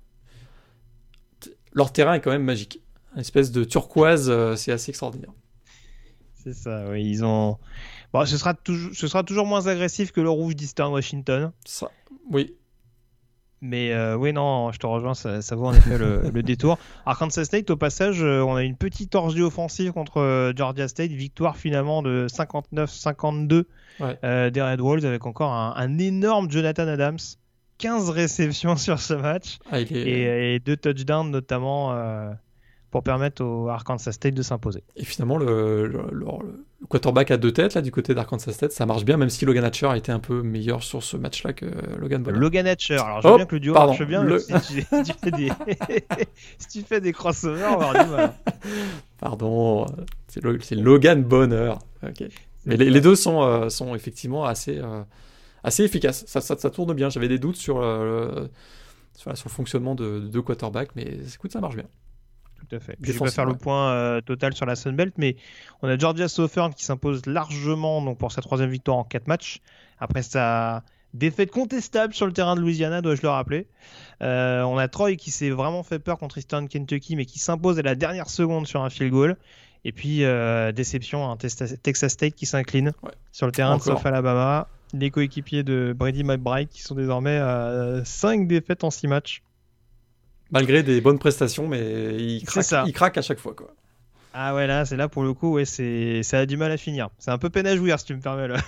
Leur terrain est quand même magique. Une espèce de turquoise, euh, c'est assez extraordinaire. C'est ça, oui. Ils ont. Bon, ce sera, toujours, ce sera toujours moins agressif que le rouge d'Eastern Washington. Ça, oui. Mais euh, oui, non, je te rejoins, ça, ça vaut en effet le, le détour. Arkansas State, au passage, euh, on a une petite orgie offensive contre euh, Georgia State. Victoire finalement de cinquante-neuf cinquante-deux Ouais. euh, des Red Wolves avec encore un, un énorme Jonathan Adams. quinze réceptions sur ce match Ah, il est... et, et deux touchdowns notamment euh, pour permettre au Arkansas State de s'imposer. Et finalement, le, le, le, le quarterback à deux têtes là, du côté d'Arkansas State, ça marche bien, même si Logan Hatcher a été un peu meilleur sur ce match-là que Logan Bonner. Logan Hatcher, alors je veux Oh, bien que le duo pardon, marche bien, le- mais si tu, si tu fais des, si tu fais des crossovers, on va avoir du mal. Pardon, c'est, Lo- c'est Logan Bonner. Ok. Mais les, les deux sont, euh, sont effectivement assez, euh, assez efficaces. Ça, ça, ça tourne bien. J'avais des doutes sur, euh, le, sur, sur le fonctionnement de, de deux quarterbacks, mais écoute, ça marche bien. Tout à fait. Puis je vais pas Défensivement, faire le ouais. point euh, total sur la Sunbelt, mais on a Georgia Southern qui s'impose largement donc, pour sa troisième victoire en quatre matchs, après sa défaite contestable sur le terrain de Louisiana, dois-je le rappeler. Euh, on a Troy qui s'est vraiment fait peur contre Eastern Kentucky, mais qui s'impose à la dernière seconde sur un field goal. Et puis, euh, déception, hein, Testa- Texas State qui s'incline Ouais. sur le terrain Encore. de South Alabama. Les coéquipiers de Brady McBride qui sont désormais à cinq défaites en six matchs. Malgré des bonnes prestations, mais il C'est craque, ça. il craque à chaque fois, quoi. Ah ouais, là, c'est là pour le coup, ouais, c'est, ça a du mal à finir. C'est un peu peine à jouir si tu me permets là.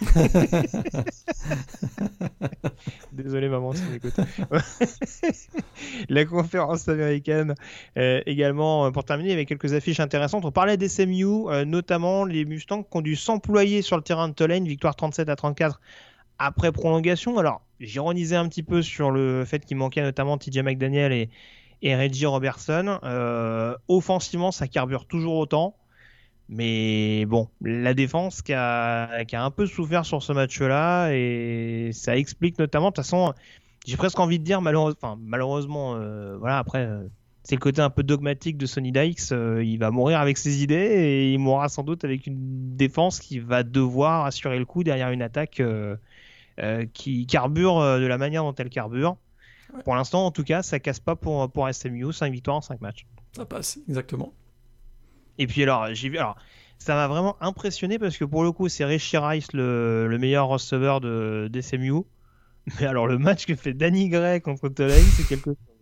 Désolé maman si tu m'écoutes. La conférence américaine euh, également, euh, pour terminer, avec quelques affiches intéressantes. On parlait des S M U, euh, notamment les Mustangs qui ont dû s'employer sur le terrain de Tulane, victoire trente-sept à trente-quatre après prolongation. Alors, j'ironisais un petit peu sur le fait qu'il manquait notamment T J McDaniel et et Reggie Robertson. Euh, offensivement, ça carbure toujours autant. Mais bon, la défense qui a, qui a un peu souffert sur ce match-là, et ça explique notamment, de toute façon, j'ai presque envie de dire, malheureusement, enfin, malheureusement euh, voilà, après, euh, c'est le côté un peu dogmatique de Sonny Dykes. Euh, il va mourir avec ses idées, et il mourra sans doute avec une défense qui va devoir assurer le coup derrière une attaque euh, euh, qui carbure euh, de la manière dont elle carbure. Pour l'instant, en tout cas, ça casse pas pour, pour S M U, cinq victoires en cinq matchs. Ça passe, exactement. Et puis alors, j'ai vu, alors, ça m'a vraiment impressionné parce que pour le coup, c'est Richie Rice le, le meilleur receveur de, d'S M U. Mais alors, le match que fait Danny Gray contre Tulane, c'est quelque chose.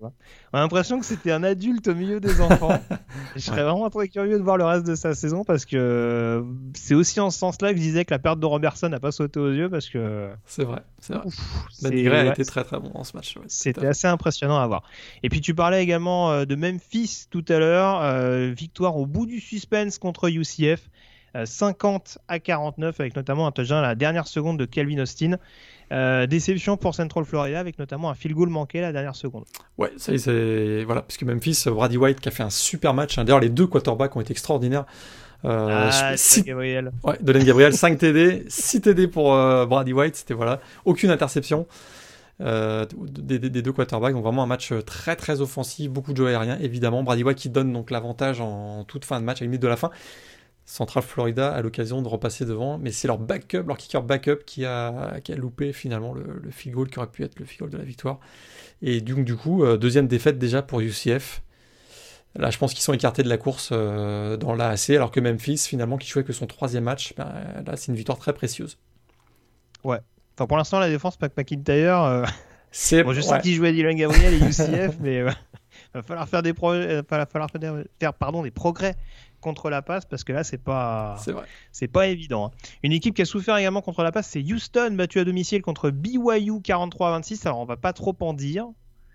On a l'impression que c'était un adulte au milieu des enfants. Je serais vraiment très curieux de voir le reste de sa saison parce que c'est aussi en ce sens-là que je disais que la perte de Robertson n'a pas sauté aux yeux parce que. C'est vrai, c'est vrai. Ouf, Ben Gray a ouais, été très très bon dans ce match. Ouais, c'était assez impressionnant à voir. Et puis tu parlais également de Memphis tout à l'heure. Euh, victoire au bout du suspense contre U C F. Euh, cinquante à quarante-neuf avec notamment un touchdown à la dernière seconde de Calvin Austin. Euh, déception pour Central Florida avec notamment un field goal manqué à la dernière seconde. Ouais, ça c'est voilà, parce que Memphis, Brady White qui a fait un super match. Hein. D'ailleurs, les deux quarterbacks ont été extraordinaires. Euh, ah, six... Gabriel. Ouais, Dolan Gabriel, cinq T D, six T D pour euh, Brady White. C'était voilà, aucune interception euh, des, des, des deux quarterbacks. Donc vraiment un match très très offensif, beaucoup de jeux aériens évidemment. Brady White qui donne donc l'avantage en toute fin de match à la limite de la fin. Central Florida a l'occasion de repasser devant, mais c'est leur backup, leur kicker backup qui a, qui a loupé finalement le, le field goal qui aurait pu être le field goal de la victoire. Et donc du coup, euh, deuxième défaite déjà pour U C F. Là, je pense qu'ils sont écartés de la course euh, dans l'A A C, alors que Memphis, finalement, qui jouait que son troisième match, ben, là, c'est une victoire très précieuse. Ouais. Enfin, pour l'instant, la défense, Pat McIntyre, euh... c'est... bon, je sais ouais. qu'il jouait Dylan Gabriel et U C F, mais il va falloir faire des, pro... va falloir faire, faire pardon, des progrès contre la passe parce que là c'est pas c'est, vrai. c'est pas évident. Hein. Une équipe qui a souffert également contre la passe, c'est Houston, battu à domicile contre B Y U quarante-trois à vingt-six. Alors on va pas trop en dire,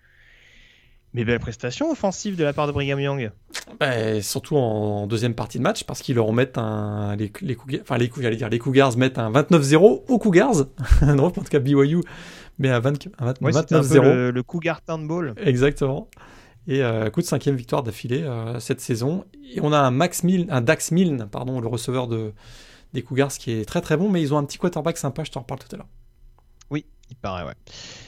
mais belle prestation offensive de la part de Brigham Young. Bah, surtout en deuxième partie de match parce qu'ils leur mettent un les les Cougars, enfin les j'allais dire les Cougars mettent un vingt-neuf zéro aux Cougars. Non, en tout cas B Y U mais à vingt, un vingt, ouais, vingt-neuf zéro. Le, le Cougar Turn Ball. Exactement. Et euh, coup de cinquième victoire d'affilée euh, cette saison. Et on a un Max Milne, un Dax Milne, pardon, le receveur de, des Cougars, qui est très très bon, mais ils ont un petit quarterback sympa, je t'en reparle tout à l'heure. Oui, il paraît, ouais.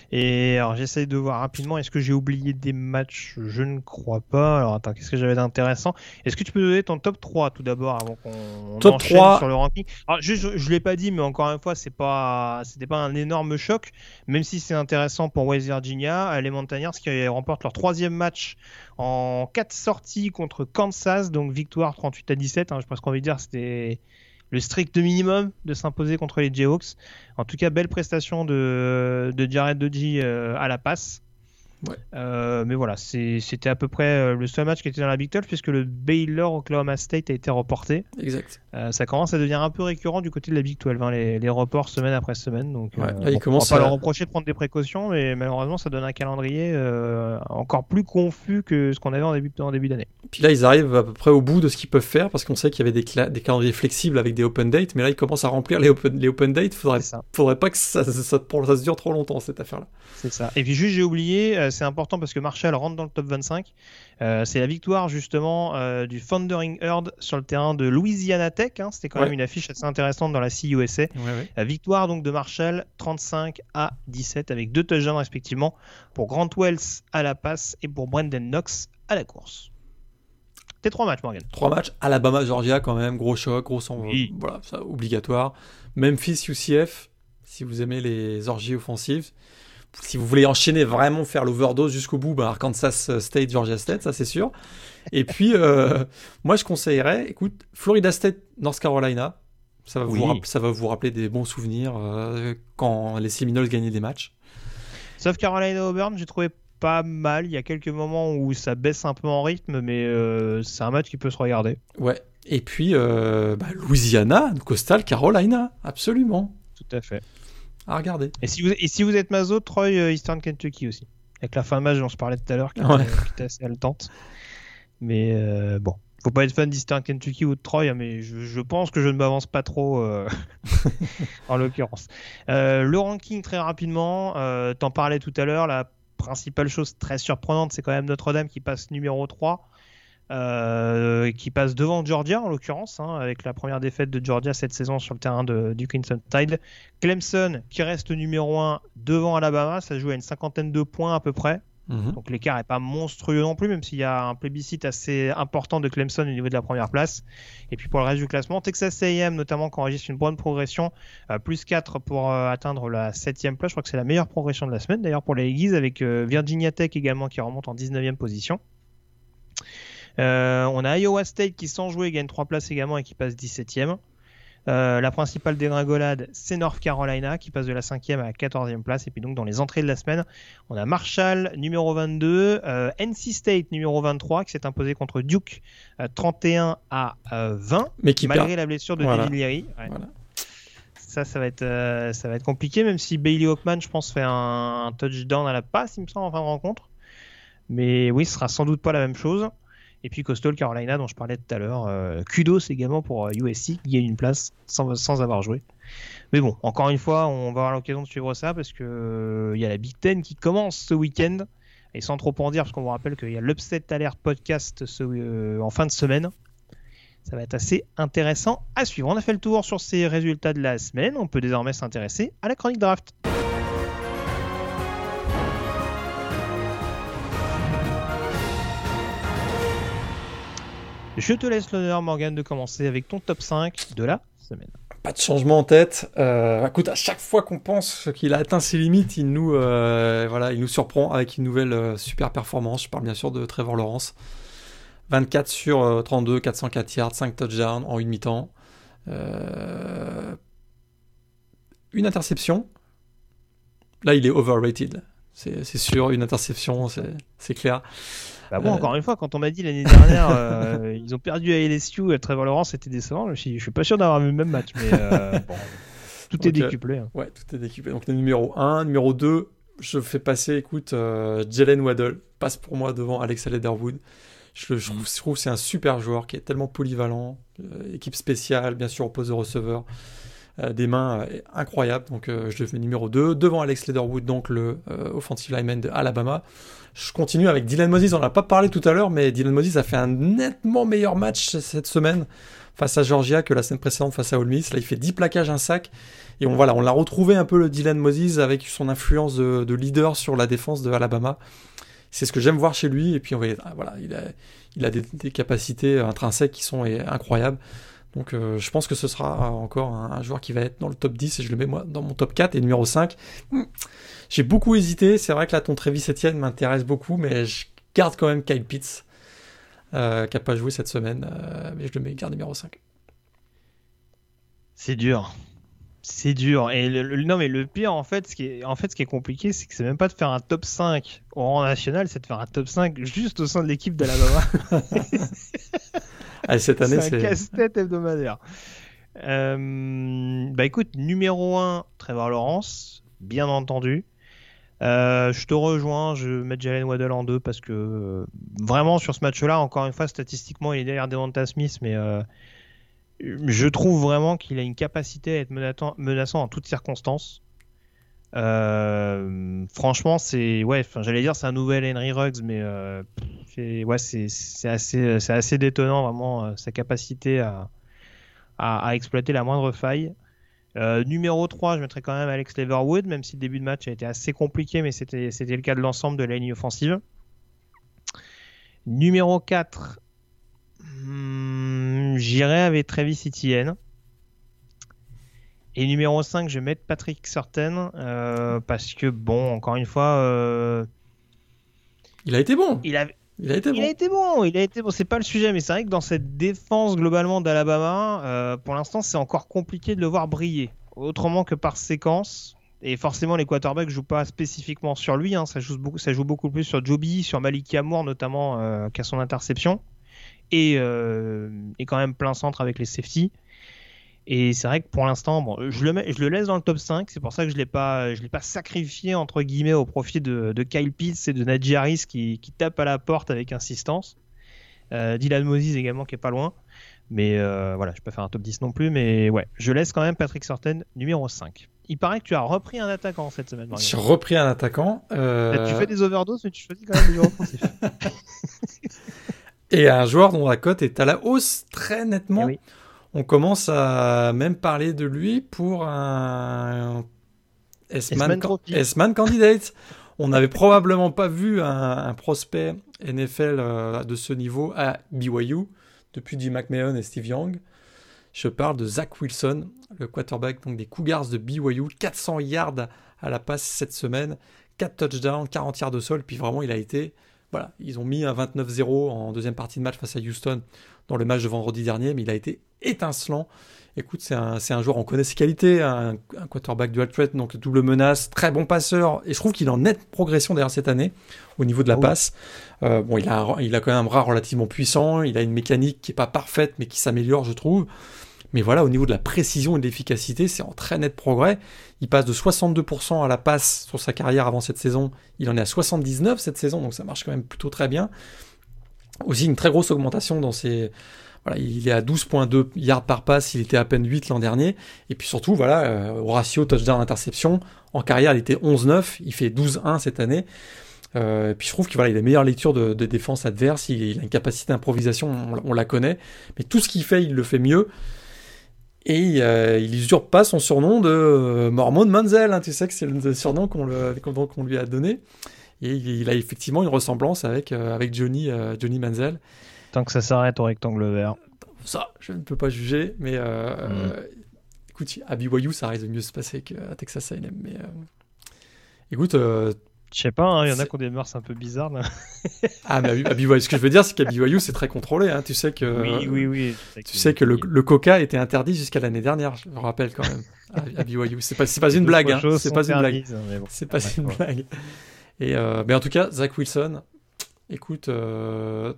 Et alors j'essaye de voir rapidement, est-ce que j'ai oublié des matchs? Je ne crois pas. Alors attends, qu'est-ce que j'avais d'intéressant? Est-ce que tu peux donner ton top trois tout d'abord avant qu'on top enchaîne trois sur le ranking? Alors je, je, je l'ai pas dit, mais encore une fois, c'est pas, c'était pas un énorme choc, même si c'est intéressant pour West Virginia, les Montagnards qui remportent leur troisième match en quatre sorties contre Kansas, donc victoire trente-huit à dix-sept. Hein, je pense qu'on va dire c'était le strict minimum de s'imposer contre les Jayhawks. En tout cas, belle prestation de, de Jared Dodgy euh, à la passe. Ouais. Euh, mais voilà, c'est, c'était à peu près le seul match qui était dans la Big twelve puisque le Baylor Oklahoma State a été reporté. Exact. Euh, ça commence à devenir un peu récurrent du côté de la Big douze, hein, les, les reports semaine après semaine. Donc, ouais, euh, là, il bon, commence on va pas à... leur reprocher de prendre des précautions, mais malheureusement, ça donne un calendrier euh, encore plus confus que ce qu'on avait en début, en début d'année. Puis là, ils arrivent à peu près au bout de ce qu'ils peuvent faire parce qu'on sait qu'il y avait des, cla- des calendriers flexibles avec des open dates, mais là, ils commencent à remplir les open, les open dates. Faudrait, faudrait pas que ça, ça, ça, ça se dure trop longtemps, cette affaire-là. C'est ça. Et puis juste, j'ai oublié, euh, c'est important parce que Marshall rentre dans le top vingt-cinq. Euh, c'est la victoire justement euh, du Thundering Herd sur le terrain de Louisiana Tech. Hein. C'était quand ouais. même une affiche assez intéressante dans la C U S A. Ouais, ouais. La victoire donc de Marshall trente-cinq à dix-sept avec deux touchdowns respectivement pour Grant Wells à la passe et pour Brendan Knox à la course. C'était trois matchs, Morgan. Trois matchs. Alabama, Georgia quand même, gros choc, gros sang, oui. Voilà, ça obligatoire. Memphis, U C F, si vous aimez les orgies offensives. Si vous voulez enchaîner, vraiment faire l'overdose jusqu'au bout, bah Arkansas State, Georgia State, ça c'est sûr. Et puis, euh, moi je conseillerais, écoute, Florida State, North Carolina, ça va, oui. vous, rapp- ça va vous rappeler des bons souvenirs euh, quand les Seminoles gagnaient des matchs. South Carolina Auburn, j'ai trouvé pas mal. Il y a quelques moments où ça baisse un peu en rythme, mais euh, c'est un match qui peut se regarder. Ouais. Et puis, euh, bah, Louisiana, Coastal Carolina, absolument. Tout à fait. À regarder. Et si vous, et si vous êtes maso, Troy euh, Eastern Kentucky aussi. Avec la fin de match dont on se parlait tout à l'heure, qui, ouais. était, qui était assez haletante. Mais euh, bon, faut pas être fan d'Eastern Kentucky ou de Troy, mais je, je pense que je ne m'avance pas trop euh, en l'occurrence. Euh, le ranking très rapidement, euh, t'en parlais tout à l'heure, la principale chose très surprenante, c'est quand même Notre-Dame qui passe numéro trois. Euh, qui passe devant Georgia en l'occurrence, hein, avec la première défaite de Georgia cette saison sur le terrain de, du Crimson Tide. Clemson qui reste numéro un devant Alabama, ça joue à une cinquantaine de points à peu près. Mm-hmm. Donc l'écart n'est pas monstrueux non plus, même s'il y a un plébiscite assez important de Clemson au niveau de la première place. Et puis pour le reste du classement, Texas A and M notamment qui enregistre une bonne progression, euh, plus quatre pour euh, atteindre la septième place. Je crois que c'est la meilleure progression de la semaine d'ailleurs pour les Aggies, avec euh, Virginia Tech également qui remonte en dix-neuvième position. Euh, on a Iowa State qui sans jouer gagne trois places également et qui passe dix-septième. Euh, la principale dégringolade, c'est North Carolina qui passe de la cinquième à la quatorzième place. Et puis donc dans les entrées de la semaine, on a Marshall numéro vingt-deux, euh, N C State numéro vingt-trois qui s'est imposé contre Duke euh, trente et un à vingt, mais qui malgré perd. la blessure de Voilà. Devin Leary. Ouais. Voilà. Ça, ça va être, euh, ça va être compliqué, même si Bailey Hawkman, je pense, fait un, un touchdown à la passe, il me semble, en fin de rencontre. Mais oui, ce sera sans doute pas la même chose. Et puis Coastal Carolina, dont je parlais tout à l'heure, euh, kudos également pour euh, U S C qui gagne une place sans, sans avoir joué. Mais bon, encore une fois, on va avoir l'occasion de suivre ça parce que euh, il y a la Big Ten qui commence ce week-end. Et sans trop en dire, parce qu'on vous rappelle qu'il y a l'Upset Alert podcast ce, euh, en fin de semaine. Ça va être assez intéressant à suivre. On a fait le tour sur ces résultats de la semaine. On peut désormais s'intéresser à la chronique draft. Je te laisse l'honneur, Morgane, de commencer avec ton top cinq de la semaine. Pas de changement en tête. Euh, écoute, à chaque fois qu'on pense qu'il a atteint ses limites, il nous, euh, voilà, il nous surprend avec une nouvelle euh, super performance. Je parle bien sûr de Trevor Lawrence. vingt-quatre sur euh, trente-deux, quatre cent quatre yards, cinq touchdowns en une mi-temps. Euh, une interception. Là, il est overrated. C'est, c'est sûr, une interception, c'est, c'est clair. Bah bon, Euh, encore une fois, quand on m'a dit l'année dernière, euh, ils ont perdu à L S U, Trevor Lawrence était décevant. Je suis, je suis pas sûr d'avoir vu le même match, mais euh, bon, tout est Ok. décuplé. Hein. Ouais, tout est décuplé. Donc, le numéro un. Numéro deux, je fais passer, écoute, euh, Jalen Waddle passe pour moi devant Alex Leatherwood. Je, je, trouve, je trouve que c'est un super joueur qui est tellement polyvalent. Euh, équipe spéciale, bien sûr, au poste de receveur. Euh, des mains euh, incroyables. Donc, euh, je le fais numéro deux. Devant Alex Leatherwood, donc le euh, offensive lineman de Alabama. Je continue avec Dylan Moses. On n'en a pas parlé tout à l'heure, mais Dylan Moses a fait un nettement meilleur match cette semaine face à Georgia que la semaine précédente face à Ole Miss. Là, il fait dix plaquages, un sac. Et on, voilà, on l'a retrouvé un peu le Dylan Moses avec son influence de, de leader sur la défense de Alabama. C'est ce que j'aime voir chez lui. Et puis, voilà, il a, il a des, des capacités intrinsèques qui sont incroyables. Donc, euh, je pense que ce sera encore un, un joueur qui va être dans le top dix et je le mets moi dans mon top quatre. Et numéro cinq, hmm, j'ai beaucoup hésité. C'est vrai que là, ton Travis Etienne m'intéresse beaucoup, mais je garde quand même Kyle Pitts, euh, qui n'a pas joué cette semaine. Euh, mais je le mets garde numéro cinq. C'est dur. C'est dur. Et le, le, non, mais le pire, en fait, ce qui est, en fait, ce qui est compliqué, c'est que c'est même pas de faire un top cinq au rang national, c'est de faire un top cinq juste au sein de l'équipe d'Alabama. Allez, cette année, c'est un c'est... casse-tête hebdomadaire. Euh, bah écoute, numéro un, Trevor Lawrence, bien entendu. Euh, je te rejoins, je vais mettre Jalen Waddle en deux parce que euh, vraiment sur ce match-là, encore une fois, statistiquement, il est derrière Devonta Smith, mais euh, je trouve vraiment qu'il a une capacité à être menaçant, menaçant en toutes circonstances. Euh, franchement, c'est ouais, enfin, j'allais dire c'est un nouvel Henry Ruggs, mais euh, c'est, ouais, c'est, c'est assez, c'est assez détonnant vraiment euh, sa capacité à, à, à exploiter la moindre faille. Euh, numéro trois, je mettrais quand même Alex Leatherwood, même si le début de match a été assez compliqué, mais c'était, c'était le cas de l'ensemble de la ligne offensive. Numéro quatre, hmm, j'irais avec Travis Etienne. Et numéro cinq, je vais mettre Patrick Surtain, euh, parce que, bon, encore une fois... Euh, il a été bon. Il a, il a été il bon. a été bon. Il a été bon. C'est pas le sujet, mais c'est vrai que dans cette défense globalement d'Alabama, euh, pour l'instant, c'est encore compliqué de le voir briller. Autrement que par séquence. Et forcément, les quarterbacks jouent pas spécifiquement sur lui. Hein, ça, joue beaucoup, ça joue beaucoup plus sur Joby, sur Maliki Amour notamment, euh, qu'à son interception. Et, euh, et quand même plein centre avec les safeties. Et c'est vrai que pour l'instant, bon, je, le mets, je le laisse dans le top cinq. C'est pour ça que je ne l'ai pas, je l'ai pas sacrifié entre guillemets au profit de, de Kyle Pitts et de Najee Harris qui, qui tapent à la porte avec insistance. Euh, Dylan Moses également qui est pas loin. Mais euh, voilà, je peux pas faire un top dix non plus. Mais ouais, je laisse quand même Patrick Surtain numéro cinq. Il paraît que tu as repris un attaquant cette semaine, Marianne. J'ai repris un attaquant. Euh... Tu fais des overdoses, mais tu choisis quand même des joueurs offensifs. Et un joueur dont la cote est à la hausse très nettement. Eh oui. On commence à même parler de lui pour un S-Man, can... S-Man candidate. On n'avait probablement pas vu un, un prospect N F L euh, de ce niveau à B Y U depuis Jim McMahon et Steve Young. Je parle de Zach Wilson, le quarterback donc des Cougars de B Y U. quatre cents yards à la passe cette semaine, quatre touchdowns, quarante yards de sol. Puis vraiment, il a été... Voilà, ils ont mis un vingt-neuf zéro en deuxième partie de match face à Houston dans le match de vendredi dernier, mais il a été étincelant. Écoute, c'est un, c'est un joueur, on connaît ses qualités, un, un quarterback dual threat, donc double menace, très bon passeur, et je trouve qu'il est en nette progression d'ailleurs cette année au niveau de la oh. passe. Euh, bon, il a, il a quand même un bras relativement puissant, il a une mécanique qui est pas parfaite, mais qui s'améliore, je trouve. Mais voilà, au niveau de la précision et de l'efficacité, c'est en très net progrès. Il passe de soixante-deux pour cent à la passe sur sa carrière avant cette saison. Il en est à soixante-dix-neuf cette saison, donc ça marche quand même plutôt très bien. Aussi une très grosse augmentation dans ses... Voilà, il est à douze virgule deux yards par passe, il était à peine huit l'an dernier. Et puis surtout, voilà, euh, au ratio touchdown-interception, en carrière, il était onze neuf, il fait douze un cette année. Euh, et puis je trouve qu'il voilà, il a une meilleure lecture de, de défense adverse, il, il a une capacité d'improvisation, on, on la connaît. Mais tout ce qu'il fait, il le fait mieux. Et euh, il usurpe pas son surnom de euh, Mormon Manziel, hein, tu sais que c'est le surnom qu'on, le, qu'on, qu'on lui a donné. Et il, il a effectivement une ressemblance avec, euh, avec Johnny, euh, Johnny Manziel. Tant que ça s'arrête au rectangle vert. Ça, je ne peux pas juger, mais euh, mm. euh, écoute, à B Y U, ça risque de mieux se passer qu'à Texas A and M. Mais euh, écoute, euh, je sais pas, il hein, y en a qui ont des mœurs un peu bizarres. Là. Ah, mais à B Y U, ce que je veux dire, c'est qu'à B Y U, c'est très contrôlé. Hein. Tu sais que, oui, oui, oui. Tu sais que, sais que le, le coca était interdit jusqu'à l'année dernière, je me rappelle quand même, à, à B Y U. C'est pas, c'est pas une blague. Hein. C'est pas une blague. Bon. C'est pas ah, une ouais. blague. Et, euh, mais en tout cas, Zach Wilson, écoute, euh,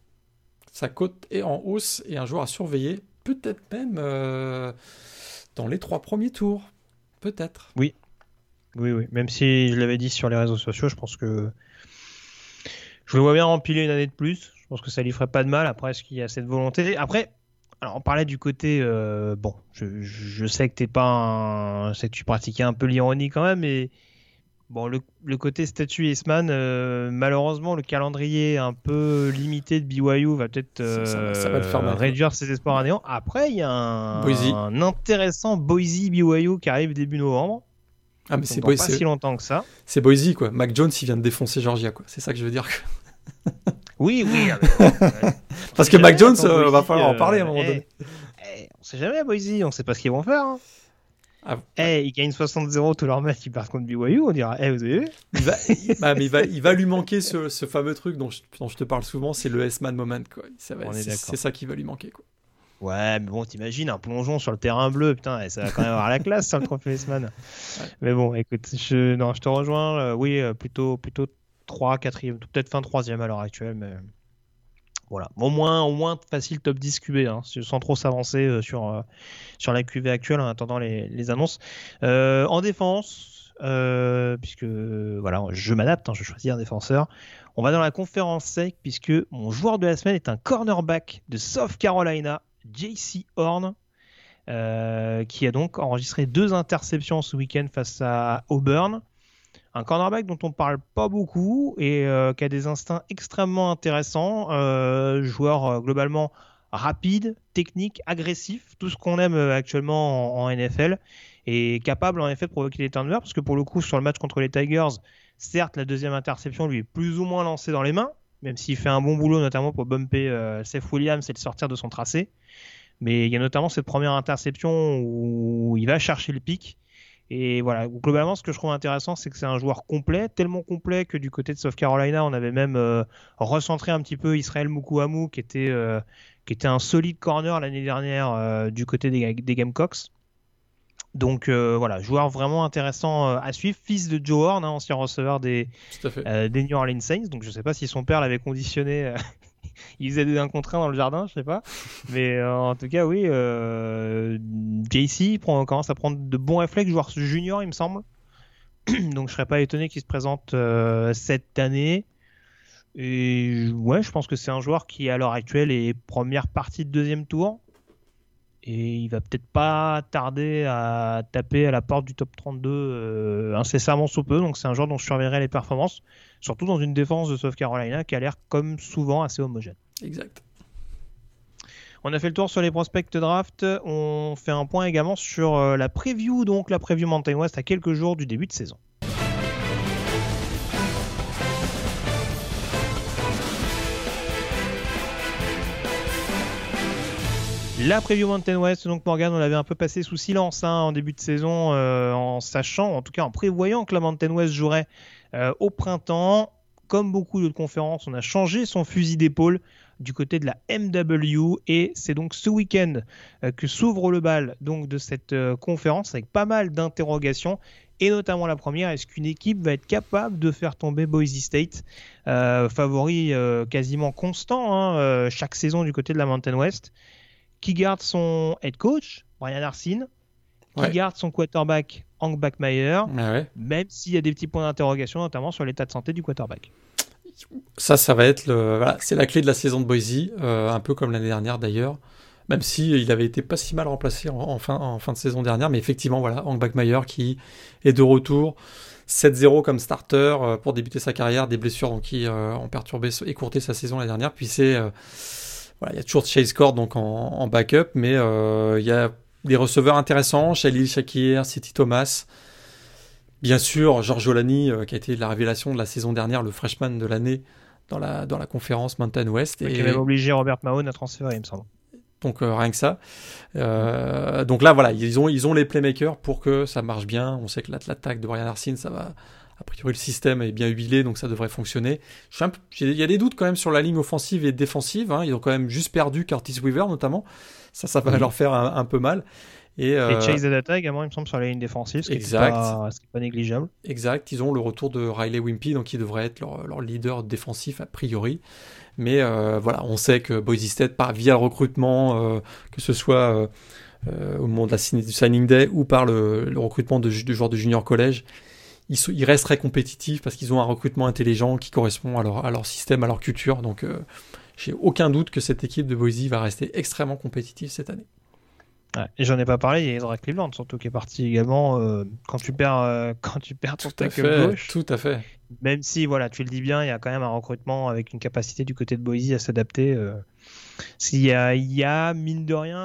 sa cote est en hausse et un joueur à surveiller, peut-être même euh, dans les trois premiers tours. Peut-être. Oui. Oui, oui. Même si je l'avais dit sur les réseaux sociaux, je pense que je le vois bien empiler une année de plus. Je pense que ça lui ferait pas de mal. Après, est-ce qu'il y a cette volonté ? Après, alors on parlait du côté, euh, bon, je, je sais que t'es pas, un, je sais que tu pratiquais un peu l'ironie quand même, mais bon, le, le côté statut Eastman, euh, malheureusement, le calendrier un peu limité de B Y U va peut-être euh, ça, ça, ça va faire mal, réduire ses espoirs à néant. Après, il y a un, un intéressant Boise B Y U qui arrive début novembre. Ah, mais c'est Boise, pas si longtemps que ça. C'est Boise, quoi. Mac Jones, il vient de défoncer Georgia, quoi. C'est ça que je veux dire. Oui, oui. Euh, Parce que Mac Jones, il euh, va falloir euh, en parler à un moment hey, donné. Hey, on sait jamais à Boise, on sait pas ce qu'ils vont faire. Hein. Ah, hey, ils gagnent soixante zéro tous leurs matchs, ils partent contre B Y U, on dira, hey, vous avez vu il va, il, bah, mais il, va, il va lui manquer ce, ce fameux truc dont je, dont je te parle souvent, c'est le S-Man moment, quoi. Ça va, c'est, c'est ça qui va lui manquer, quoi. Ouais, mais bon, t'imagines un plongeon sur le terrain bleu, putain, ça va quand même avoir la classe sur le trophée S-Man. Ouais. Mais bon, écoute, je, non, je te rejoins, euh, oui, euh, plutôt, plutôt trois, quatrième, peut-être fin troisième à l'heure actuelle, mais voilà. Au moins, au moins facile top dix Q B, hein, sans trop s'avancer euh, sur, euh, sur la Q V actuelle en attendant les, les annonces. Euh, en défense, euh, puisque voilà, je m'adapte, hein, je choisis un défenseur. On va dans la conférence sec, puisque mon joueur de la semaine est un cornerback de South Carolina, J C Horn, euh, qui a donc enregistré deux interceptions ce week-end face à Auburn. Un cornerback dont on ne parle pas beaucoup et euh, qui a des instincts extrêmement intéressants. Euh, joueur euh, globalement rapide, technique, agressif, tout ce qu'on aime actuellement en, en N F L, et capable en effet de provoquer des turnovers, parce que pour le coup, sur le match contre les Tigers, certes, la deuxième interception lui est plus ou moins lancée dans les mains, même s'il fait un bon boulot, notamment pour bumper euh, Seth Williams et le sortir de son tracé. Mais il y a notamment cette première interception où il va chercher le pic. Et voilà, globalement, ce que je trouve intéressant, c'est que c'est un joueur complet, tellement complet que du côté de South Carolina, on avait même euh, recentré un petit peu Israël Mukuamu, qui était, euh, qui était un solide corner l'année dernière euh, du côté des, des Gamecocks. Donc euh, voilà, joueur vraiment intéressant euh, à suivre, fils de Joe Horn, hein, ancien receveur des, euh, des New Orleans Saints. Donc je ne sais pas si son père l'avait conditionné. Euh, il faisait des un contre un dans le jardin, je sais pas. Mais euh, en tout cas, oui, euh, J C prend, commence à prendre de bons réflexes, joueur junior, il me semble. Donc je serais pas étonné qu'il se présente euh, cette année. Et ouais, je pense que c'est un joueur qui, à l'heure actuelle, est première partie de deuxième tour. Et il va peut-être pas tarder à taper à la porte du top trente-deux euh, incessamment sous peu. Donc c'est un joueur dont je surveillerai les performances, surtout dans une défense de South Carolina qui a l'air comme souvent assez homogène. Exact. On a fait le tour sur les prospects draft. On fait un point également sur euh, la preview, donc la preview Mountain West à quelques jours du début de saison. La preview Mountain West, donc Morgan, on l'avait un peu passé sous silence hein, en début de saison, euh, en sachant, en tout cas en prévoyant que la Mountain West jouerait euh, au printemps. Comme beaucoup d'autres conférences, on a changé son fusil d'épaule du côté de la M W, et c'est donc ce week-end euh, que s'ouvre le bal donc, de cette euh, conférence avec pas mal d'interrogations, et notamment la première, est-ce qu'une équipe va être capable de faire tomber Boise State, euh, favori euh, quasiment constant hein, euh, chaque saison du côté de la Mountain West, qui garde son head coach, Brian Harsin, qui Ouais. garde son quarterback, Hank Bachmeier, Ah ouais. même s'il y a des petits points d'interrogation, notamment sur l'état de santé du quarterback. Ça, ça va être le, voilà, c'est la clé de la saison de Boise, euh, un peu comme l'année dernière d'ailleurs. Même si il avait été pas si mal remplacé en, en, fin, en fin de saison dernière, mais effectivement, voilà, Hank Bachmeier qui est de retour, sept zéro comme starter euh, pour débuter sa carrière, des blessures donc, qui euh, ont perturbé, écourté sa saison l'année dernière. Puis c'est, euh, voilà, il y a toujours Chase Cord donc en, en backup, mais euh, il y a des receveurs intéressants, Shalil Shakir, City Thomas. Bien sûr, George Olani, euh, qui a été la révélation de la saison dernière, le freshman de l'année dans la, dans la conférence Mountain West. Et et qui a même obligé Robert Mahone à transférer, il me semble. Donc euh, rien que ça. Euh, donc là, voilà, ils ont, ils ont les playmakers pour que ça marche bien. On sait que l'attaque de Brian Harsin, ça va... A priori, le système est bien huilé, donc ça devrait fonctionner. Je suis un peu... Il y a des doutes quand même sur la ligne offensive et défensive. Hein. Ils ont quand même juste perdu Curtis Weaver, notamment. Ça, ça va mmh. leur faire un, un peu mal. Et, euh... et Chase Adata également, il me semble, sur la ligne défensive, ce qui n'est pas, pas négligeable. Exact. Ils ont le retour de Riley Wimpy, donc qui devrait être leur, leur leader défensif a priori. Mais euh, voilà, on sait que Boise State, par via le recrutement, euh, que ce soit euh, euh, au moment de la, du signing day ou par le, le recrutement de, de joueurs de junior college, ils, ils restent très compétitifs parce qu'ils ont un recrutement intelligent qui correspond à leur, à leur système, à leur culture. Donc, euh, j'ai aucun doute que cette équipe de Boise va rester extrêmement compétitive cette année. Ouais, et j'en ai pas parlé, il y a Ezra Cleveland surtout qui est parti également euh, quand tu perds euh, quand tu perds ton tackle gauche. Tout à fait. Même si voilà, tu le dis bien, il y a quand même un recrutement avec une capacité du côté de Boise à s'adapter. Euh, il y a, il y a mine de rien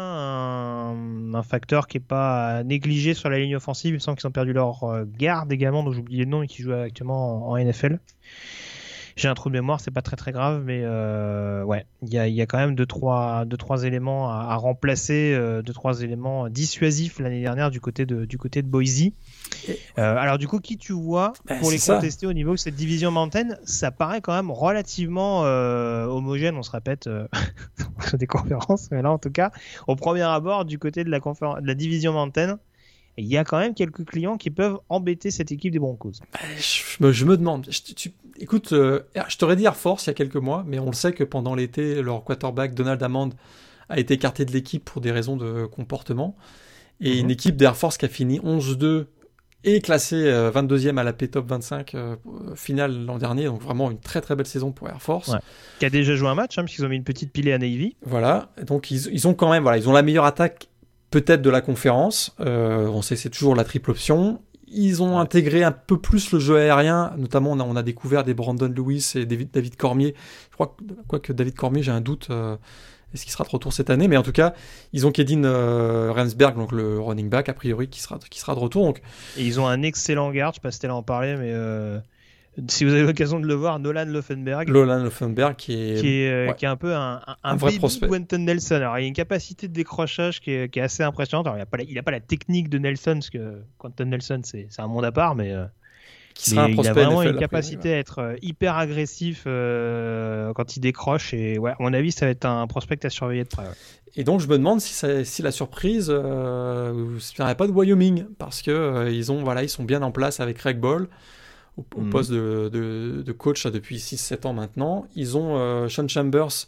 un, un facteur qui est pas négligé sur la ligne offensive. Il me semble qu'ils ont perdu leur garde également, dont j'ai oublié le nom et qui joue actuellement en, en N F L. J'ai un trou de mémoire, c'est pas très très grave, mais euh, ouais, il y a, y a quand même deux trois, deux, trois éléments à, à remplacer, euh, deux trois éléments dissuasifs l'année dernière du côté de, du côté de Boise. Euh, alors du coup, qui tu vois pour ben, les contester ça. Au niveau de cette division Mountain, ça paraît quand même relativement euh, homogène, on se répète euh, sur des conférences, mais là en tout cas, au premier abord du côté de la, conféren- de la division Mountain, il y a quand même quelques clients qui peuvent embêter cette équipe des Broncos. Je me, je me demande. Je, tu, écoute, euh, je t'aurais dit Air Force il y a quelques mois, mais on le sait que pendant l'été, leur quarterback Donald Hammond a été écarté de l'équipe pour des raisons de comportement. Et mm-hmm. une équipe d'Air Force qui a fini onze deux et classée euh, vingt-deuxième à la P-Top vingt-cinq euh, finale l'an dernier. Donc vraiment une très très belle saison pour Air Force. Ouais. Qui a déjà joué un match, hein, parce qu'ils ont mis une petite pilée à Navy. Voilà. Donc ils, ils ont quand même, voilà, ils ont la meilleure attaque peut-être de la conférence, euh, on sait que c'est toujours la triple option. Ils ont intégré un peu plus le jeu aérien, notamment on a, on a découvert des Brandon Lewis et David, David Cormier. Je crois que, quoi que David Cormier, j'ai un doute, euh, est-ce qu'il sera de retour cette année? Mais en tout cas, ils ont Kedin euh, Remsberg, donc le running back, a priori, qui sera, qui sera de retour. Donc... Et ils ont un excellent garde, je ne sais pas si tu allais en parler, mais... Euh... Si vous avez l'occasion de le voir, Nolan Loeffenberg. Nolan Loeffenberg qui est... Qui est, euh, ouais. qui est un peu un, un, un, un vrai prospect. Quentin Nelson. Alors, il y a une capacité de décrochage qui est, qui est assez impressionnante. Alors, il n'a pas, la, pas la technique de Nelson, parce que Quentin Nelson, c'est, c'est un monde à part, mais, euh, qui sera mais un prospect il a vraiment N F L une capacité après, ouais. à être hyper agressif euh, quand il décroche. Et ouais, à mon avis, ça va être un prospect à surveiller de près. Ouais. Et donc, je me demande si, ça, si la surprise, euh, il n'y aurait pas de Wyoming, parce que euh, ils, ont, voilà, ils sont bien en place avec Greg Ball. Au, au mmh. poste de, de, de coach là, depuis six sept ans maintenant. Ils ont euh, Sean Chambers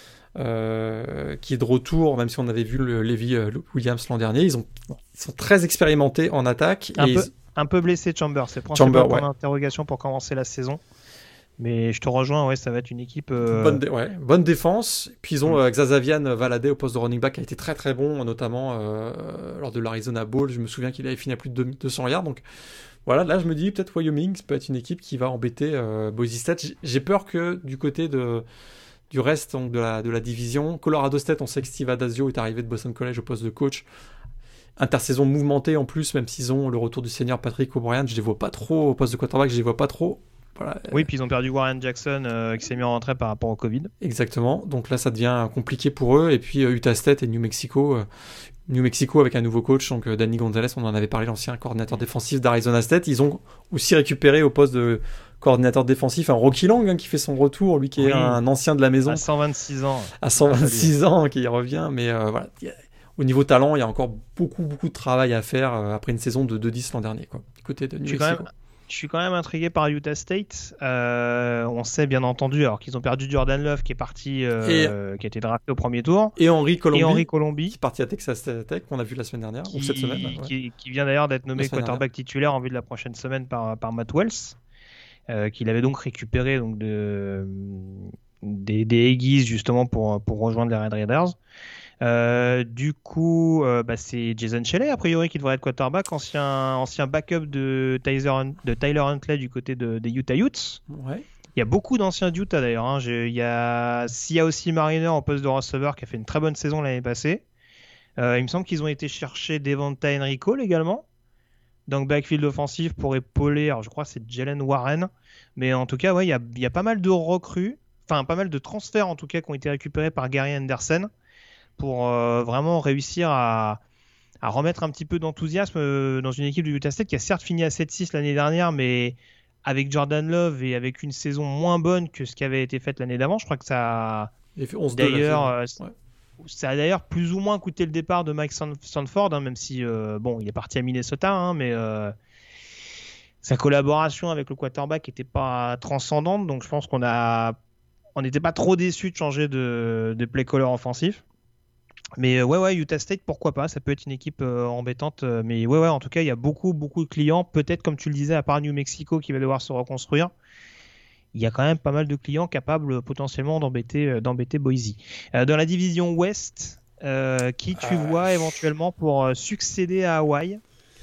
euh, qui est de retour, même si on avait vu le Levi euh, Williams l'an dernier. Ils, ont, ils sont très expérimentés en attaque. Un, et peu, ils... un peu blessé Chambers, c'est principalement ouais. d'interrogation pour commencer la saison. Mais je te rejoins, ouais, ça va être une équipe... Euh... Bonne, dé- ouais, bonne défense. Puis ils ont mmh. euh, Xazavian Valadé au poste de running back qui a été très très bon, notamment euh, lors de l'Arizona Bowl. Je me souviens qu'il avait fini à plus de deux cents yards. Donc voilà, là je me dis peut-être Wyoming, ça peut être une équipe qui va embêter euh, Boise State. J'ai peur que du côté de, du reste donc, de, la, de la division, Colorado State, on sait que Steve Adazio est arrivé de Boston College au poste de coach. Intersaison mouvementée en plus, même s'ils ont le retour du senior Patrick O'Brien, je les vois pas trop au poste de quarterback, je les vois pas trop. Voilà. Oui, puis ils ont perdu Warren Jackson euh, qui s'est mis en retrait par rapport au Covid. Exactement, donc là ça devient compliqué pour eux. Et puis euh, Utah State et New Mexico, euh, New Mexico avec un nouveau coach, donc euh, Danny Gonzalez, on en avait parlé, l'ancien coordinateur défensif d'Arizona State. Ils ont aussi récupéré au poste de coordinateur défensif un Rocky Long hein, qui fait son retour, lui qui est oui. un ancien de la maison. À cent vingt-six ans. À cent vingt-six ans, qui revient, mais euh, voilà. Au niveau talent, il y a encore beaucoup, beaucoup de travail à faire euh, après une saison de deux dix l'an dernier, quoi, du côté de New Mexico. Même... Je suis quand même intrigué par Utah State. Euh, on sait bien entendu alors qu'ils ont perdu Jordan Love qui est parti, euh, et, qui a été drafté au premier tour. Et Henry Colombi, et Henry Colombi qui est parti à Texas Tech, qu'on a vu la semaine dernière, qui, ou cette semaine. Ouais. Qui, qui vient d'ailleurs d'être nommé quarterback dernière. titulaire en vue de la prochaine semaine par, par Matt Wells, euh, qu'il avait donc récupéré donc, de, des, des Aggies justement pour, pour rejoindre les Red Raiders. Euh, du coup, euh, bah, c'est Jason Shelley a priori qui devrait être quarterback, ancien, ancien backup de Tyler, de Tyler Huntley du côté de, des Utah Utes. Ouais. Il y a beaucoup d'anciens d'Utah d'ailleurs. Hein. Il y a Sia aussi Mariner en poste de receveur qui a fait une très bonne saison l'année passée. Euh, il me semble qu'ils ont été chercher Devonta Henrico également. Donc backfield offensif pour épauler, alors je crois que c'est Jalen Warren. Mais en tout cas, ouais, il y a, il y a pas mal de recrues, enfin pas mal de transferts en tout cas qui ont été récupérés par Gary Anderson pour euh, vraiment réussir à, à remettre un petit peu d'enthousiasme euh, dans une équipe de Utah State qui a certes fini à sept six l'année dernière, mais avec Jordan Love et avec une saison moins bonne que ce qui avait été fait l'année d'avant. Je crois que ça a d'ailleurs, euh, ouais. ça a d'ailleurs plus ou moins coûté le départ de Mike Sanford, hein, même si euh, bon, il est parti à Minnesota, hein, mais euh, sa collaboration avec le quarterback n'était pas transcendante, donc je pense qu'on a on n'était pas trop déçus de changer de, de play caller offensif. Mais ouais, ouais, Utah State, pourquoi pas, ça peut être une équipe euh, embêtante, euh, mais ouais, ouais, en tout cas, il y a beaucoup, beaucoup de clients, peut-être comme tu le disais, à part New Mexico qui va devoir se reconstruire, il y a quand même pas mal de clients capables potentiellement d'embêter, euh, d'embêter Boise. Euh, dans la division Ouest, euh, qui tu euh... vois éventuellement pour euh, succéder à Hawaii?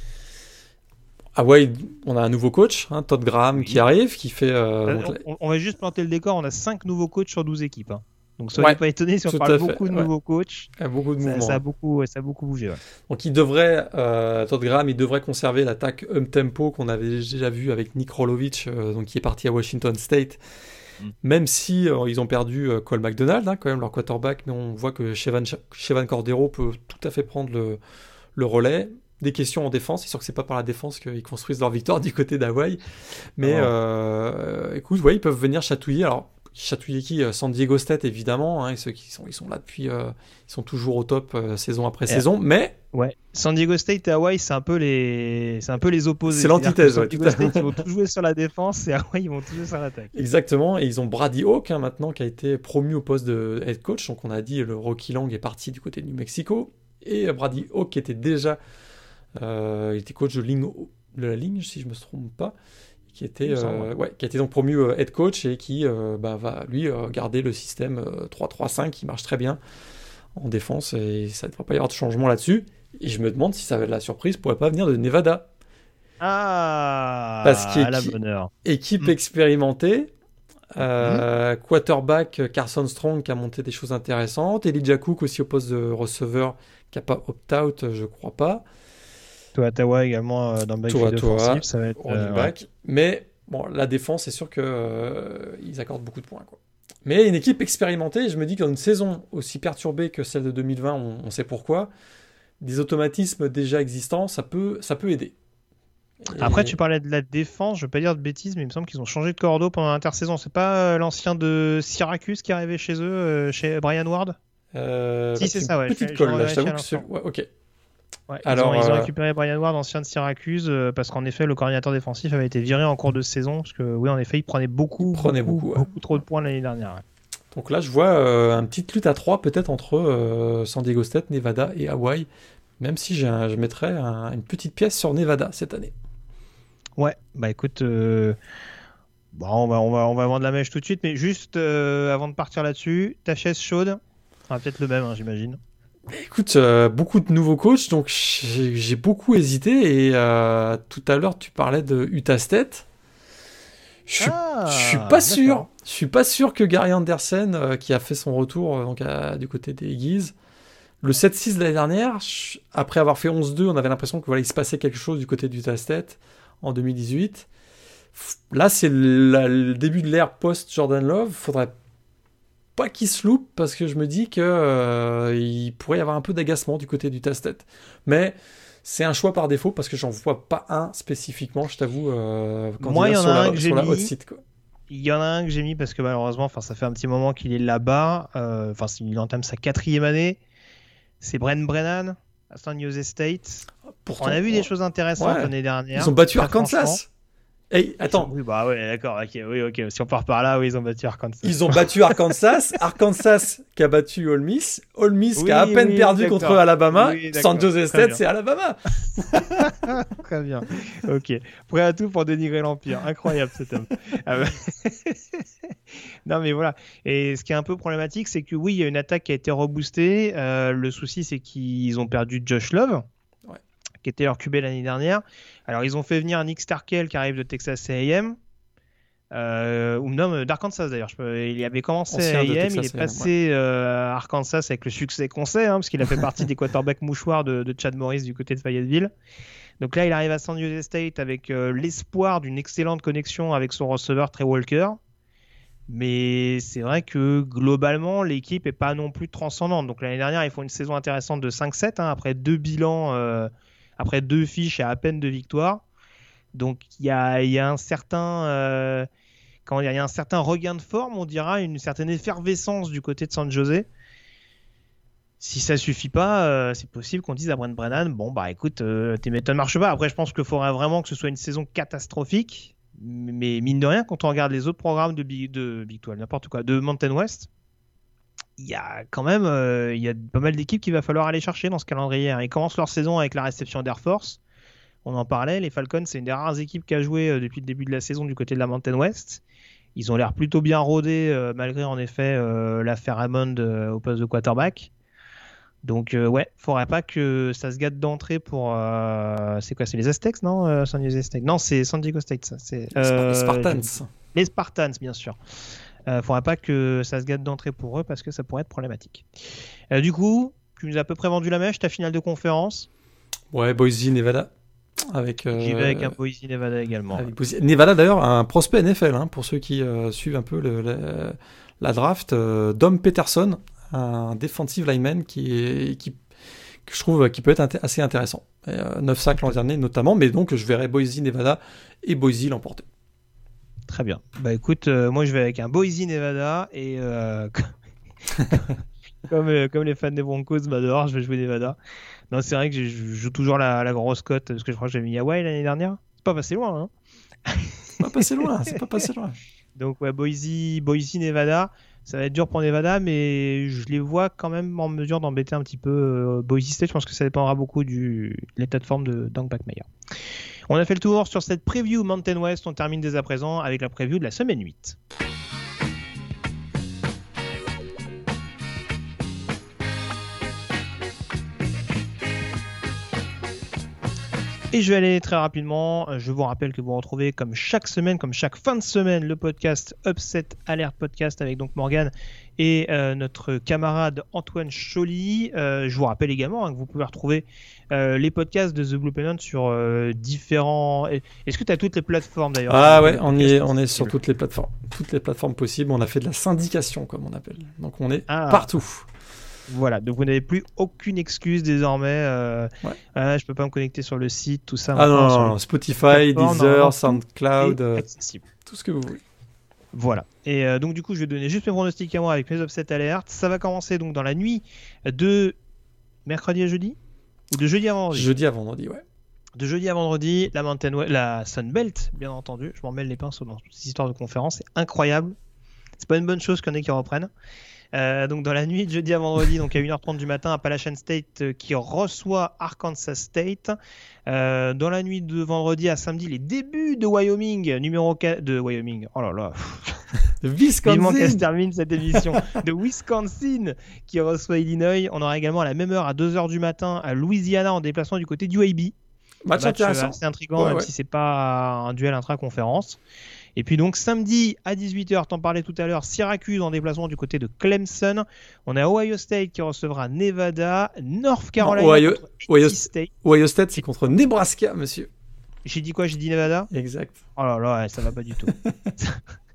Hawaii, on a un nouveau coach, hein, Todd Graham, oui. qui arrive, qui fait... Euh, on, on, on va juste planter le décor, on a cinq nouveaux coachs sur douze équipes, hein. Donc soyez ouais, pas étonnés si on parle beaucoup de ouais. nouveaux coachs. Il y a beaucoup de ça, mouvements. Ça a beaucoup, ça a beaucoup bougé. Ouais. Donc il devrait, euh, Todd Graham, il devrait conserver l'attaque up-tempo qu'on avait déjà vu avec Nick Rolovich, euh, donc qui est parti à Washington State. Mm. Même si euh, ils ont perdu euh, Cole McDonald, hein, quand même leur quarterback, mais on voit que Chevan, Chevan Cordero peut tout à fait prendre le, le relais. Des questions en défense, c'est sûr que c'est pas par la défense qu'ils construisent leur victoire du côté d'Hawaï, mais oh. euh, écoute, ouais, ils peuvent venir chatouiller. Alors chatouiller qui San Diego State évidemment, hein, ceux qui sont ils sont là depuis euh, ils sont toujours au top euh, saison après yeah. saison, mais ouais, San Diego State et Hawaii c'est un peu les c'est un peu les opposés. C'est l'antithèse. San Diego ouais, State ils vont tout jouer sur la défense et Hawaii ils vont tout jouer sur l'attaque. Exactement, et ils ont Brady Hawk hein, maintenant qui a été promu au poste de head coach, donc on a dit le Rocky Long est parti du côté de New Mexico et Brady Hawk qui était déjà euh, il était coach de ligne de la ligne si je me trompe pas. Qui était, euh, ouais, qui a été donc promu euh, head coach et qui euh, bah, va lui euh, garder le système euh, trois trois cinq qui marche très bien en défense et ça ne devrait pas y avoir de changement là-dessus. Et je me demande si ça va être la surprise pourrait pas venir de Nevada. Ah, parce qu'équipe à la bonne heure. Équipe mmh. expérimentée, euh, mmh. quarterback Carson Strong qui a monté des choses intéressantes, Elijah Cook aussi au poste de receveur qui n'a pas opt-out, je crois pas. Toi, Ottawa également euh, dans le backfield offensif, ça va être euh, back. Ouais. Mais bon, la défense, c'est sûr qu'ils euh, accordent beaucoup de points, quoi. Mais une équipe expérimentée, je me dis que dans une saison aussi perturbée que celle de deux mille vingt, on, on sait pourquoi, des automatismes déjà existants, ça peut, ça peut aider. Et... Après, tu parlais de la défense, je ne veux pas dire de bêtises, mais il me semble qu'ils ont changé de cordeau pendant l'intersaison. C'est pas euh, l'ancien de Syracuse qui est arrivé chez eux, euh, chez Brian Ward euh, Si, bah, c'est ça, ouais. Petite colle, là, je t'avoue que c'est... Ouais, ok. Ouais, Alors, ils, ont, ils ont récupéré Brian Ward, ancien de Syracuse, euh, parce qu'en effet, le coordinateur défensif avait été viré en cours de saison, parce que oui, en effet, il prenait beaucoup, prenait beaucoup, beaucoup, ouais. beaucoup trop de points l'année dernière. Ouais. Donc là, je vois euh, une petite lutte à trois, peut-être entre euh, San Diego State, Nevada et Hawaii, même si j'ai un, je mettrais un, une petite pièce sur Nevada cette année. Ouais, bah écoute, euh, bon, on, va, on, va, on va vendre la mèche tout de suite, mais juste euh, avant de partir là-dessus, ta chaise chaude, enfin, peut-être le même, hein, j'imagine. Écoute, euh, beaucoup de nouveaux coachs, donc j'ai, j'ai beaucoup hésité et euh, tout à l'heure tu parlais de Utah State. Je suis, ah, je suis pas sûr. D'accord. Je suis pas sûr que Gary Anderson, euh, qui a fait son retour euh, donc à, du côté des Aggies, le sept six de l'année dernière, je, après avoir fait onze deux, on avait l'impression que voilà, il se passait quelque chose du côté d'Utah State en deux mille dix-huit. Là, c'est la, le début de l'ère post Jordan Love. Faudrait pas qu'il se loupe parce que je me dis que euh, il pourrait y avoir un peu d'agacement du côté du Test-Tête. Mais c'est un choix par défaut parce que j'en vois pas un spécifiquement, je t'avoue. Euh, Moi, il y en a un que j'ai mis. Site, quoi. Il y en a un que j'ai mis parce que malheureusement, enfin, ça fait un petit moment qu'il est là-bas. Enfin, euh, il entame sa quatrième année. C'est Brent Brennan à San Jose State. Pourtant, on a vu ouais. des choses intéressantes ouais. l'année dernière. Ils ont battu Arkansas. Hey, attends. Ont... Oui, bah ouais, d'accord. Ok, oui, ok. Si on part par là, oui, ils ont battu Arkansas. Ils ont battu Arkansas. Arkansas qui a battu Ole Miss. Ole Miss oui, qui a à peine oui, perdu d'accord. contre Alabama. Oui, San Jose State, c'est Alabama. Très bien. Ok. Prêt à tout pour dénigrer l'Empire. Incroyable cet homme. Non, mais voilà. Et ce qui est un peu problématique, c'est que oui, il y a une attaque qui a été reboostée. Euh, le souci, c'est qu'ils ont perdu Josh Love. Qui était leur Q B l'année dernière. Alors, ils ont fait venir Nick Starkel qui arrive de Texas A and M. Euh, ou non, d'Arkansas d'ailleurs. Je peux... Il avait commencé Ancien à A and M, il est passé ouais. euh, à Arkansas avec le succès qu'on sait, hein, parce qu'il a fait partie des quarterbacks mouchoirs de, de Chad Morris du côté de Fayetteville. Donc là, il arrive à San Jose State avec euh, l'espoir d'une excellente connexion avec son receveur Trey Walker. Mais c'est vrai que globalement, l'équipe n'est pas non plus transcendante. Donc l'année dernière, ils font une saison intéressante de cinq sept, hein, après deux bilans... Euh, après deux fiches et à peine deux victoires. Donc il y a, y a un certain euh, quand il y a un certain regain de forme, on dira une certaine effervescence du côté de San Jose. Si ça suffit pas, euh, c'est possible qu'on dise à Brent Brennan, bon bah écoute, euh, tes méthodes marchent pas. Après je pense qu'il faudrait vraiment que ce soit une saison catastrophique. Mais mine de rien, quand on regarde les autres programmes de Big, de Big twelve, n'importe quoi, de Mountain West, il y a quand même euh, il y a pas mal d'équipes qu'il va falloir aller chercher dans ce calendrier. Ils commencent leur saison avec la réception d'Air Force. On en parlait, les Falcons, c'est une des rares équipes qui a joué euh, depuis le début de la saison du côté de la Mountain West. Ils ont l'air plutôt bien rodés, euh, malgré en effet euh, l'affaire Hammond euh, au poste de quarterback. Donc euh, ouais, faudrait pas que ça se gâte d'entrée pour... Euh, c'est quoi, c'est les Aztecs, non euh, San Jose State. Non, c'est San Diego State, ça. C'est, euh, les Spartans. Les Spartans, bien sûr. Il euh, faudrait pas que ça se gâte d'entrée pour eux parce que ça pourrait être problématique. Euh, du coup, tu nous as à peu près vendu la mèche, ta finale de conférence. Ouais, Boise, Nevada. Avec, euh, J'y vais avec un Boise, Nevada également. Avec Boise. Nevada, d'ailleurs, un prospect N F L, hein, pour ceux qui euh, suivent un peu le, le, la draft. Euh, Dom Peterson, un defensive lineman qui, est, qui, que je trouve qui peut être int- assez intéressant. Et, euh, neuf cinq l'an dernier notamment, mais donc je verrai Boise, Nevada et Boise l'emporter. Très bien. Bah écoute, euh, moi je vais avec un Boise, Nevada et euh, comme, euh, comme les fans des Broncos m'adorent, je vais jouer Nevada. Non, c'est vrai que je joue toujours la, la grosse cote parce que je crois que j'avais mis Hawaii l'année dernière. C'est pas passé loin, hein. C'est pas passé loin, c'est pas passé loin. Donc ouais, Boise, Boise, Nevada, ça va être dur pour Nevada, mais je les vois quand même en mesure d'embêter un petit peu euh, Boise State. Je pense que ça dépendra beaucoup du de l'état de forme de Dank Bachmeier. On a fait le tour sur cette preview Mountain West. On termine dès à présent avec la preview de la semaine huit. Et je vais aller très rapidement. Je vous rappelle que vous retrouvez comme chaque semaine, comme chaque fin de semaine, le podcast Upset Alert Podcast avec donc Morgane et euh, notre camarade Antoine Choly. Euh, je vous rappelle également hein, que vous pouvez retrouver euh, les podcasts de The Blue Pennant sur euh, différents... Est-ce que tu as toutes les plateformes d'ailleurs? Ah ouais, on, y est, on est sur toutes les plateformes. Toutes les plateformes possibles. On a fait de la syndication, comme on appelle. Donc on est ah. partout. Voilà, donc vous n'avez plus aucune excuse désormais. Euh, ouais. euh, je peux pas me connecter sur le site, tout ça. Ah non, non, non. Spotify, Deezer, SoundCloud, euh, accessible. Tout ce que vous voulez. Voilà. Et euh, donc du coup, je vais donner juste mes pronostics à moi avec mes upset alertes. Ça va commencer donc dans la nuit de mercredi à jeudi ou de jeudi à vendredi. Jeudi à vendredi, ouais. De jeudi à vendredi, la Mountain West, la Sunbelt, bien entendu. Je m'en mêle les pinceaux dans toutes ces histoires de conférences. C'est incroyable. C'est pas une bonne chose qu'il y en ait qui reprennent. Euh, donc dans la nuit de jeudi à vendredi, donc à une heure trente du matin, Appalachian State euh, qui reçoit Arkansas State. Euh, dans la nuit de vendredi à samedi, les débuts de Wyoming, numéro quatre de Wyoming. Oh là là. De Wisconsin. Vivement qu'elle se termine cette émission. De Wisconsin qui reçoit Illinois. On aura également à la même heure à deux heures du matin à Louisiana en déplacement du côté du U A B. Match, match intéressant. C'est intriguant, ouais, même ouais. si c'est pas un duel intra-conférence. Et puis donc samedi à dix-huit heures, t'en parlais tout à l'heure, Syracuse en déplacement du côté de Clemson. On a Ohio State qui recevra Nevada, North Carolina non, Ohio, contre Ohio, State. Ohio State, c'est contre Nebraska, monsieur. J'ai dit quoi? J'ai dit Nevada? Exact. Oh là là, ça va pas du tout.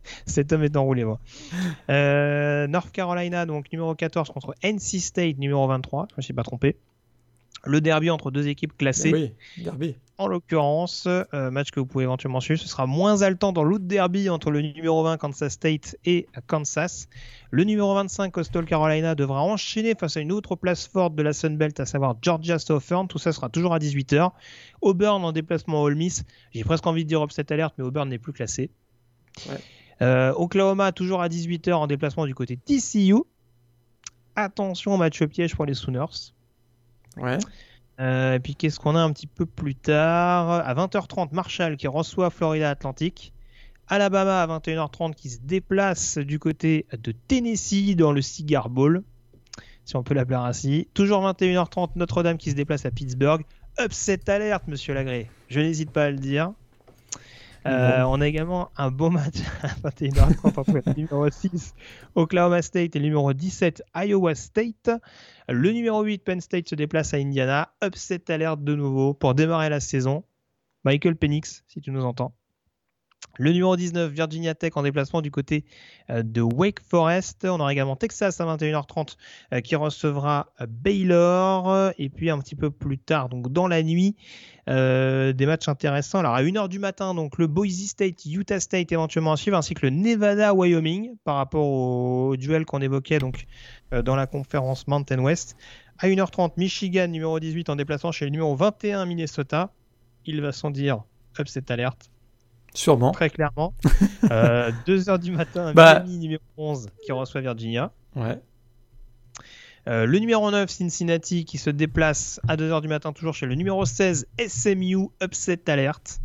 Cet homme est enroulé, moi. Euh, North Carolina, donc numéro quatorze contre N C State, numéro vingt-trois. Je ne me suis pas trompé. Le derby entre deux équipes classées. Oui, derby. En l'occurrence, euh, match que vous pouvez éventuellement suivre. Ce sera moins haletant dans l'autre derby entre le numéro vingt Kansas State et Kansas. Le numéro vingt-cinq Coastal Carolina devra enchaîner face à une autre place forte de la Sun Belt, à savoir Georgia Southern. Tout ça sera toujours à dix-huit heures. Auburn en déplacement à Ole Miss. J'ai presque envie de dire upset alert, mais Auburn n'est plus classé. Ouais. Euh, Oklahoma toujours à dix-huit heures en déplacement du côté de T C U. Attention au match piège pour les Sooners. Ouais. Euh, et puis qu'est-ce qu'on a un petit peu plus tard? À vingt heures trente, Marshall qui reçoit Florida Atlantic. Alabama à vingt et une heures trente qui se déplace du côté de Tennessee dans le Cigar Bowl, si on peut l'appeler ainsi. Toujours vingt et une heures trente, Notre-Dame qui se déplace à Pittsburgh. Upset alerte, monsieur Lagré. Je n'hésite pas à le dire. Euh, bon. On a également un beau match à vingt et une heures trente entre le numéro six Oklahoma State et le numéro dix-sept Iowa State. Le numéro huit Penn State se déplace à Indiana. Upset alert de nouveau pour démarrer la saison. Michael Penix, si tu nous entends. Le numéro dix-neuf Virginia Tech en déplacement du côté de Wake Forest. On aura également Texas à vingt et une heures trente euh, qui recevra Baylor. Et puis un petit peu plus tard, donc dans la nuit, euh, des matchs intéressants. Alors à une heure du matin, donc le Boise State, Utah State éventuellement à suivre, ainsi que le Nevada, Wyoming par rapport au, au duel qu'on évoquait donc euh, dans la conférence Mountain West. À une heure trente, Michigan numéro dix-huit en déplacement chez le numéro vingt et un Minnesota. Il va sans dire upset alerte. Sûrement. Très clairement. euh, deux heures du matin, bah... Miami numéro onze qui reçoit Virginia. Ouais. Euh, le numéro neuf, Cincinnati, qui se déplace à deux heures du matin, toujours chez le numéro seize, S M U, upset alert.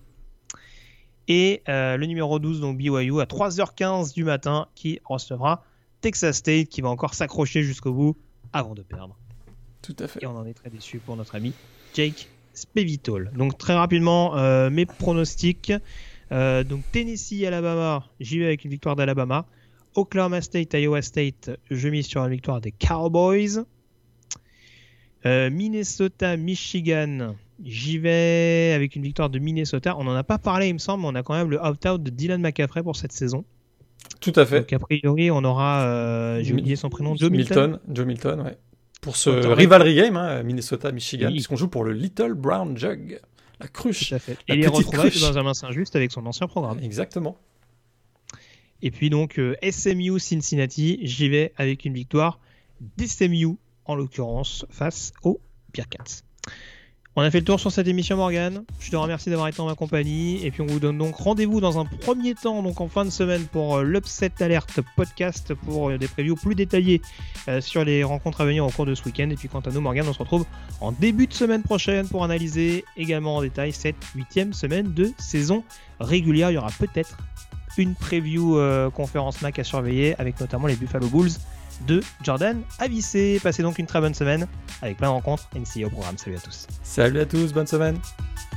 Et euh, le numéro douze, donc B Y U, à trois heures quinze du matin, qui recevra Texas State, qui va encore s'accrocher jusqu'au bout avant de perdre. Tout à fait. Et on en est très déçu pour notre ami Jake Spevitol. Donc très rapidement, euh, mes pronostics. Euh, donc Tennessee, Alabama, j'y vais avec une victoire d'Alabama. Oklahoma State, Iowa State, je mise sur la victoire des Cowboys. Euh, Minnesota, Michigan, j'y vais avec une victoire de Minnesota. On n'en a pas parlé, il me semble, mais on a quand même le opt-out de Dylan McCaffrey pour cette saison. Tout à fait. Donc a priori, on aura, euh, j'ai oublié son prénom, Joe Milton. Milton. Joe Milton, ouais. Pour ce Attends, rivalry game, hein, Minnesota-Michigan, oui. Puisqu'on joue pour le Little Brown Jug, la cruche. Tout à fait. Et les retrouvailles de Benjamin Saint-Just avec son ancien programme. Exactement. Et puis donc euh, S M U Cincinnati, j'y vais avec une victoire d'S M U, en l'occurrence, face aux Bearcats. On a fait le tour sur cette émission, Morgane. Je te remercie d'avoir été en ma compagnie. Et puis on vous donne donc rendez-vous dans un premier temps, donc en fin de semaine, pour euh, l'Upset Alert podcast, pour euh, des previews plus détaillées euh, sur les rencontres à venir au cours de ce week-end. Et puis quant à nous, Morgane, on se retrouve en début de semaine prochaine pour analyser également en détail cette huitième semaine de saison régulière. Il y aura peut-être une preview euh, conférence Mac à surveiller, avec notamment les Buffalo Bulls de Jordan Avicé. Passez donc une très bonne semaine avec plein de rencontres N C A A au programme. Salut à tous. Salut à tous, bonne semaine.